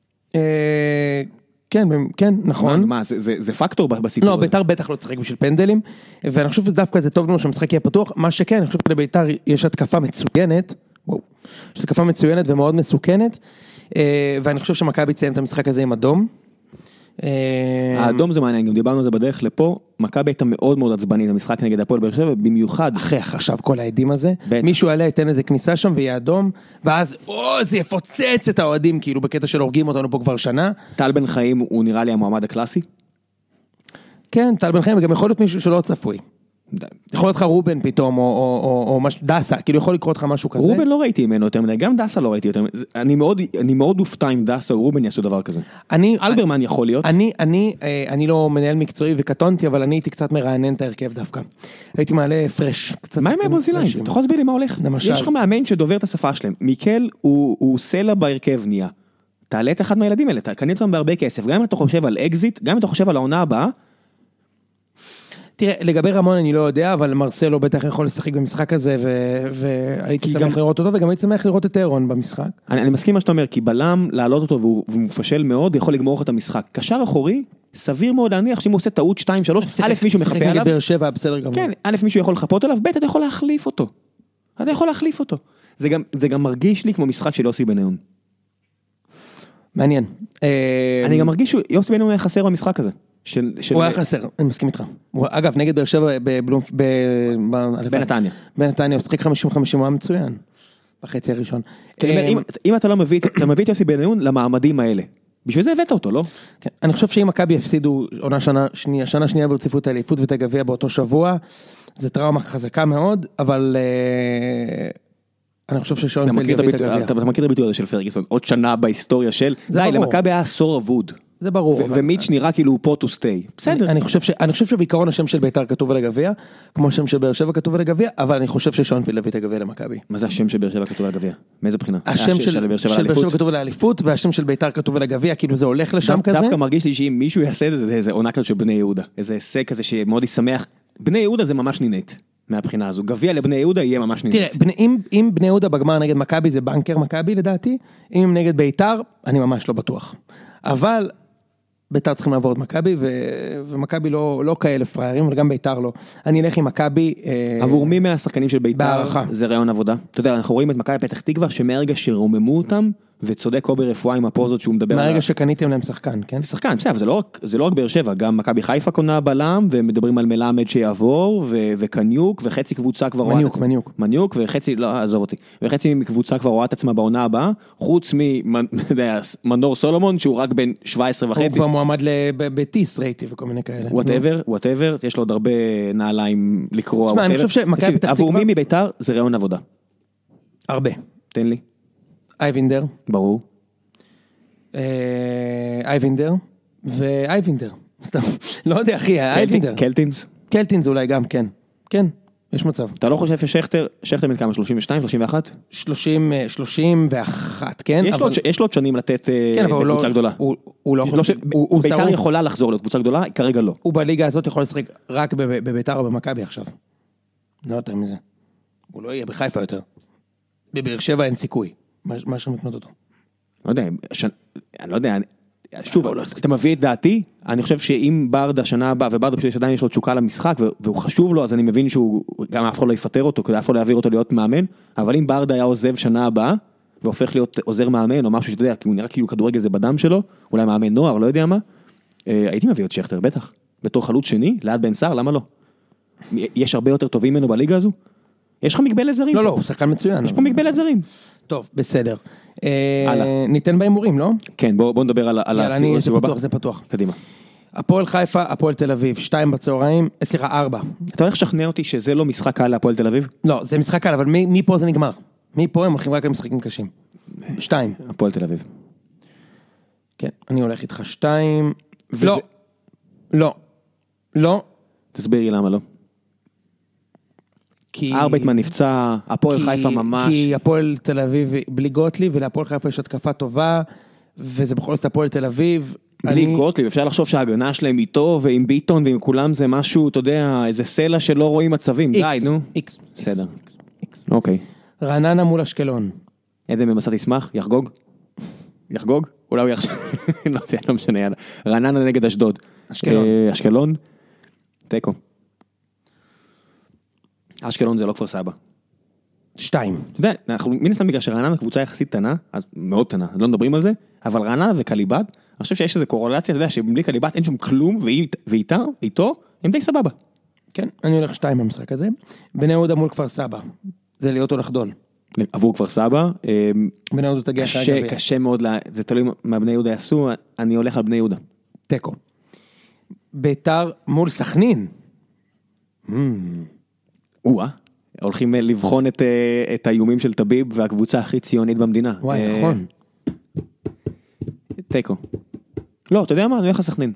כן, נכון. מה, זה פקטור בסיפור? לא, ביתר בטח לא תשחק בשביל פנדלים, ואני חושב שדווקא זה טוב לנו שהמשחק יהיה פתוח, מה שכן, אני חושב שלביתר יש התקפה מצוינת, יש התקפה מצוינת ומאוד מסוכנת, ואני חושב שמכבי תסיים את המשחק הזה עם אדום. האדום זה מעניין, גם דיברנו על זה בדרך לפה, מכבי הייתה מאוד מאוד עצבנית, המשחק נגד הפועל באר שבע, במיוחד. אחרי עכשיו כל העדים הזה, מישהו עליה ייתן איזה כניסה שם ויהיה אדום, ואז זה יפוצץ את האוהדים, כאילו בקטע של הורגים אותנו פה כבר שנה. טל בן חיים הוא נראה לי המועמד הקלאסי? כן, טל בן חיים, וגם יכול להיות מישהו שלא צפוי. יכול להיות לך רובן פתאום, או דסה, כאילו יכול לקרות לך משהו כזה. רובן לא ראיתי ממנו יותר מדי, גם דסה לא ראיתי יותר מדי, אני מאוד אופתע אם דסה או רובן יעשו דבר כזה. אלברמן יכול להיות. אני לא מנהל מקצועי וקטונתי, אבל אני הייתי קצת מרענן את ההרכב דווקא. הייתי מעלה פרש. מה עם הברזילאים? אתה יכול להסביר לי מה הולך? יש לך מאמן שדובר את השפה שלהם, מיקל הוא סלע בהרכב נהיה. תעלה את אחד מהילדים האלה, קנית אותם בהרבה כסף, גם אם אתה חושב על אקזיט, גם אם אתה חושב על העונה הבאה, תראה, לגבי רמון אני לא יודע, אבל מרסלו בטח יכול לשחק במשחק הזה, והייתי שמח לראות אותו, וגם הייתי שמח לראות את אירון במשחק. אני מסכים מה שאתה אומר, כי בלם להעלות אותו, והוא מפשל מאוד, יכול לגמור את המשחק. קשר אחורי, סביר מאוד להניח, שאם הוא עושה טעות 2-3, א' מישהו מחפה עליו. נגד באר שבע, בסדר גמור. כן, א' מישהו יכול לחפות עליו, ב' אתה יכול להחליף אותו. אתה יכול להחליף אותו. זה גם מרגיש לי כמו משחק של יוסי בניון. מעניין. אני גם מרגיש שיוסי בניון היה חסר במשחק הזה. הוא היה חסר, אני מסכים איתך. אגב, נגד באר שבע בנתניה. בנתניה, הוא שחק 50-50, הוא היה מצוין. בחצי הראשון. אם אתה לא מביא את יוסי בניון למעמדים האלה. בשביל זה הבאת אותו, לא? כן. אני חושב שאם מכבי יפסידו שנה שנייה ברציפות האליפות ואת הגביע באותו שבוע, זה טראומה חזקה מאוד, אבל אני חושב ששונפלד יביא את הגביע. אתה מכיר את הביטוי הזה של פרגוסון, עוד שנה בהיסטוריה של, די, למכבי היה עשור אבוד. זה ברור. ומיץ' נראה כאילו הוא פה to stay. בסדר. אני חושב שבעיקרון השם של ביתר כתוב על הגביע, כמו השם של באר שבע כתוב על הגביע, אבל אני חושב ששונפלד יביא את הגביע למכבי. מה זה השם של באר שבע כתוב על הגביע? מאיזה בחינה? השם של באר שבע כתוב על האליפות, והשם של ביתר כתוב על הגביע, כאילו זה הולך לשם כזה. דווקא מרגיש לי שאם מישהו יעשה את זה, זה עונה כזאת של בני יהודה. איזה הישג כזה שמאוד ישמח. בני יהודה זה ממש נינט. מהבחינה הזו. גביע לבני יהודה יהיה ממש נינט. תראה, אם בני יהודה בגמר נגד מכבי זה בנקר מכבי לדעתי, אם נגד ביתר, אני ממש לא בטוח. אבל ביתר צריכים לעבור את מכבי, ומכבי לא כאלה פריירים, אבל גם ביתר לא. אני אלך עם מכבי עבור מי מהשחקנים של ביתר בהערכה. זה רעיון עבודה. אתה יודע, אנחנו רואים את מכבי פתח תקווה, שמהרגע שרוממו אותם, וצודק קובי רפואה עם הפוזות שהוא מדבר מהרגע שקניתם להם שחקן, כן? שחקן, בסדר, זה לא רק באר שבע, גם מכבי חיפה קונה בלם, ומדברים על מלמד שיעבור, וקניוק, וחצי קבוצה כבר רואה... מניוק, וחצי, לא, עזוב אותי, וחצי מקבוצה כבר רואה את עצמה בעונה הבאה, חוץ ממנור סולומון, שהוא רק בן 17 וחצי. הוא כבר מועמד בטיס, ראיתי, וכל מיני כאלה. whatever, יש לו עוד הרבה נעליים לקרוא. תשמע, אני חושב שמכבי פתח תקווה... עבור מי מביתר זה רעיון עבודה. הרבה. תן לי. אייבינדר. ברור. אייבינדר ואייבינדר. סתם. לא יודע, אחי, אייבינדר. קלטינס? קלטינס אולי גם, כן. כן, יש מצב. אתה לא חושב ששכטר מן כמה? 32, 31? 31, כן. יש לו עוד שנים לתת לקבוצה גדולה. הוא לא חושב. ביתר יכולה לחזור לקבוצה גדולה, כרגע לא. הוא בליגה הזאת יכול לשחק רק בביתר או במכבי עכשיו. לא יותר מזה. הוא לא יהיה בחיפה יותר. בבאר שבע אין סיכוי. מה שם לקנות אותו? לא יודע, שוב, אתה מביא את דעתי, אני חושב שאם ברדה שנה הבאה, וברדה פשוט עדיין יש לו תשוקה למשחק, והוא חשוב לו, אז אני מבין שהוא גם אף אחד לא יפטר אותו, כדי אף אחד לא יעביר אותו להיות מאמן, אבל אם ברדה היה עוזב שנה הבאה, והופך להיות עוזר מאמן, או משהו שאתה יודע, כי הוא נראה כאילו כדורגל זה בדם שלו, אולי מאמן נוער, לא יודע מה, הייתי מביא את שכטר, בטח, בתור חלוץ שני, ליד בן סער, למה לא? יש הרבה יותר טובים ממנו בליגה הזו? יש לך מגבלת זרים? לא, הוא שחקן מצוין. יש פה מגבלת זרים. טוב, בסדר. ניתן בהימורים, לא? כן, בוא נדבר על הסיבוב הבא. זה פתוח. קדימה. הפועל חיפה, הפועל תל אביב, 2 בצהריים, 4. אתה הולך לשכנע אותי שזה לא משחק קל להפועל תל אביב? לא, זה משחק קל, אבל מפה זה נגמר. מפה הם הולכים רק למשחקים קשים. 2. הפועל תל אביב. כן, אני הולך איתך 2. לא. תסבירי למה לא. ארבייטמן נפצע, הפועל חיפה ממש. כי הפועל תל אביב בלי גוטליב, ולהפועל חיפה יש התקפה טובה, וזה בכל זאת הפועל תל אביב. בלי גוטליב, אפשר לחשוב שההגנה שלהם איתו, ועם ביטון, ועם כולם זה משהו, אתה יודע, איזה סלע שלא רואים מצבים. די, נו. איקס. בסדר. אוקיי. רעננה מול אשקלון. עדן במסע תשמח, יחגוג? יחגוג? אולי הוא יחשוב. לא יודע, לא משנה, יאללה. רעננה נגד אשדוד. אשקלון. תיקו. אשקלון זה לא כפר סבא. 2. אתה יודע, אנחנו מן הסתם בגלל שרעננה קבוצה יחסית קטנה, אז מאוד קטנה, לא מדברים על זה, אבל רעננה וקליבט, אני חושב שיש איזו קורלציה, אתה יודע, שבלי קליבט אין שם כלום, ואיתו, הם די סבבה. כן, אני הולך 2 במשחק הזה. בני יהודה מול כפר סבא. זה להיות או לחדול. עבור כפר סבא. בני יהודה תגיע אחרי הגביע. קשה מאוד, זה תלוי מה בני יהודה יעשו, אני הולך על בני יהודה. תיקו. ביתר מול סכנין. הולכים לבחון את האיומים של טביב והקבוצה הכי ציונית במדינה. וואי, נכון. תיקו. לא, אתה יודע מה? אני הולך לסכנין.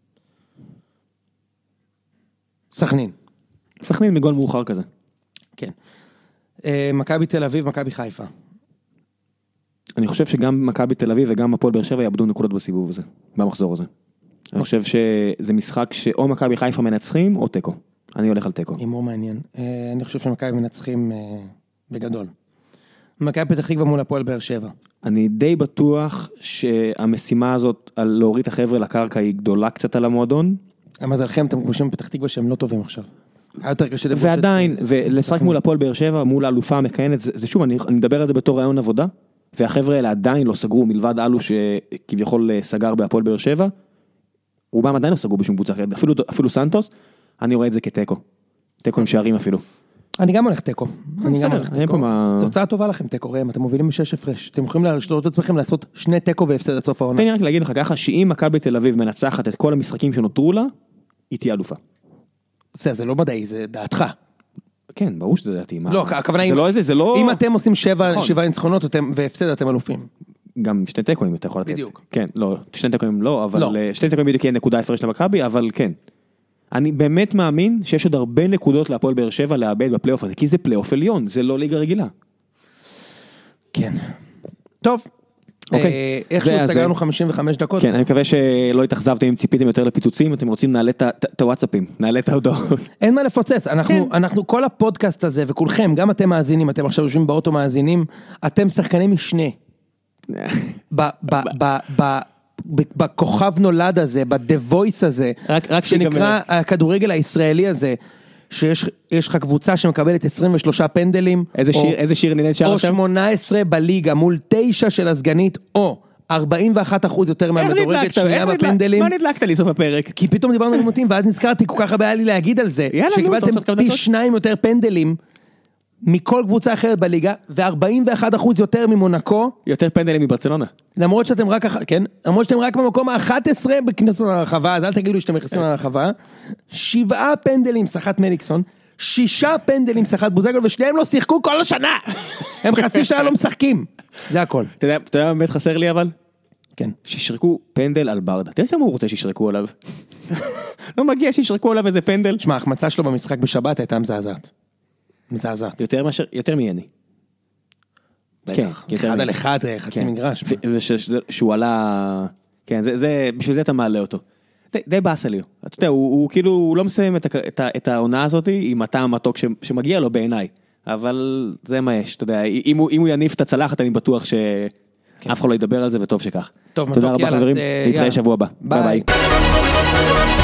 סכנין מגול מאוחר כזה. כן. מכבי תל אביב, מכבי חיפה. אני חושב שגם מכבי תל אביב וגם הפועל באר שבע יאבדו נקודות בסיבוב הזה, במחזור הזה. אני חושב שזה משחק שאו מכבי חיפה מנצחים או תיקו. אני הולך על תיקו. אימור מעניין. אני חושב שמכבי מנצחים בגדול. מכבי פתח תקווה מול הפועל באר שבע. אני די בטוח שהמשימה הזאת על להוריד את החבר'ה לקרקע היא גדולה קצת על המועדון. המזלכם, אתם חושבים בפתח תקווה שהם לא טובים עכשיו. ועדיין, ולשחק מול הפועל באר שבע, מול האלופה המכהנת, זה שוב, אני מדבר על זה בתור רעיון עבודה, והחבר'ה האלה עדיין לא סגרו, מלבד אלו שכביכול סגר בהפועל באר שבע, רובם עדיין לא סגרו בשום קבוצה אחרת, אפילו סנטוס, אני רואה את זה כתיקו. תיקו עם שערים אפילו. אני גם הולך תיקו. בסדר, זו תוצאה טובה לכם תיקו, ראם, אתם מובילים ב6 הפרש. אתם יכולים לשלוט את עצמכם לעשות 2 תיקו והפסד עד סוף העונה. תן לי רק להגיד לך ככה, שאם מכבי תל אביב מנצחת את כל המשחקים שנותרו לה, היא תהיה אלופה. זה לא מדעי, זה דעתך. כן, ברור שזה דעתי. לא, הכוונה אם אתם עושים 7 ניצחונות והפסד אתם אלופים. גם 2 תיקוים אתה יכול לתת. בדיוק. כן, לא, 2 תיקוים לא, אבל 2 תיקוים בדיוק יהיה נקודה הפרש למכבי, אבל כן. אני באמת מאמין שיש עוד הרבה נקודות להפועל באר שבע לאבד בפלייאוף הזה, כי זה פלייאוף עליון, זה לא ליגה רגילה. כן. טוב. איכשהו סגרנו 55 דקות. כן, אני מקווה שלא התאכזבתם אם ציפיתם יותר לפיצוצים, אתם רוצים נעלה את הוואטסאפים, נעלה את ההודעות. אין מה לפוצץ, אנחנו כל הפודקאסט הזה, וכולכם, גם אתם מאזינים, אתם עכשיו יושבים באוטו מאזינים, אתם שחקני משנה. בכוכב נולד הזה, ב-The Voice הזה, שנקרא הכדורגל הישראלי הזה, שיש לך קבוצה שמקבלת 23 פנדלים, איזה שיר נהנית שר או עכשיו? 18 בליגה מול 9 של הסגנית, או 41% יותר מהמדורגת שנייה בפנדלים. מה נדלקת לי סוף הפרק? כי פתאום דיברנו על מוטים, ואז נזכרתי כל כך הרבה היה לי להגיד על זה, שקיבלתם פי 2 יותר פנדלים, מכל קבוצה אחרת בליגה, ו41% יותר ממונקו. יותר פנדלים מברצלונה. למרות שאתם רק, כן, למרות שאתם רק במקום ה-11 בכנסות הרחבה, אז אל תגידו שאתם נכנסים לרחבה. 7 פנדלים שחת מליקסון, 6 פנדלים שחת בוזגל, ושניהם לא שיחקו כל השנה. הם חצי שנה לא משחקים. זה הכל. אתה יודע מה באמת חסר לי אבל? כן. שישרקו פנדל על ברדה. תראה כמה הוא רוצה שישרקו עליו. לא מגיע שישרקו עליו איזה פנדל. שמע, ההחמצה שלו במשחק בשבת הייתה מזעזעת. מזעזעת. יותר מיני. בטח. 1-1, חצי מגרש. ושהוא עלה, כן, בשביל זה אתה מעלה אותו. די באסה לי. אתה יודע, הוא כאילו, הוא לא מסיים את העונה הזאת עם הטעם המתוק שמגיע לו בעיניי. אבל זה מה יש, אתה יודע, אם הוא יניף את הצלחת, אני בטוח שאף אחד לא ידבר על זה, וטוב שכך. טוב, תודה רבה חברים, נתראה שבוע הבא. ביי.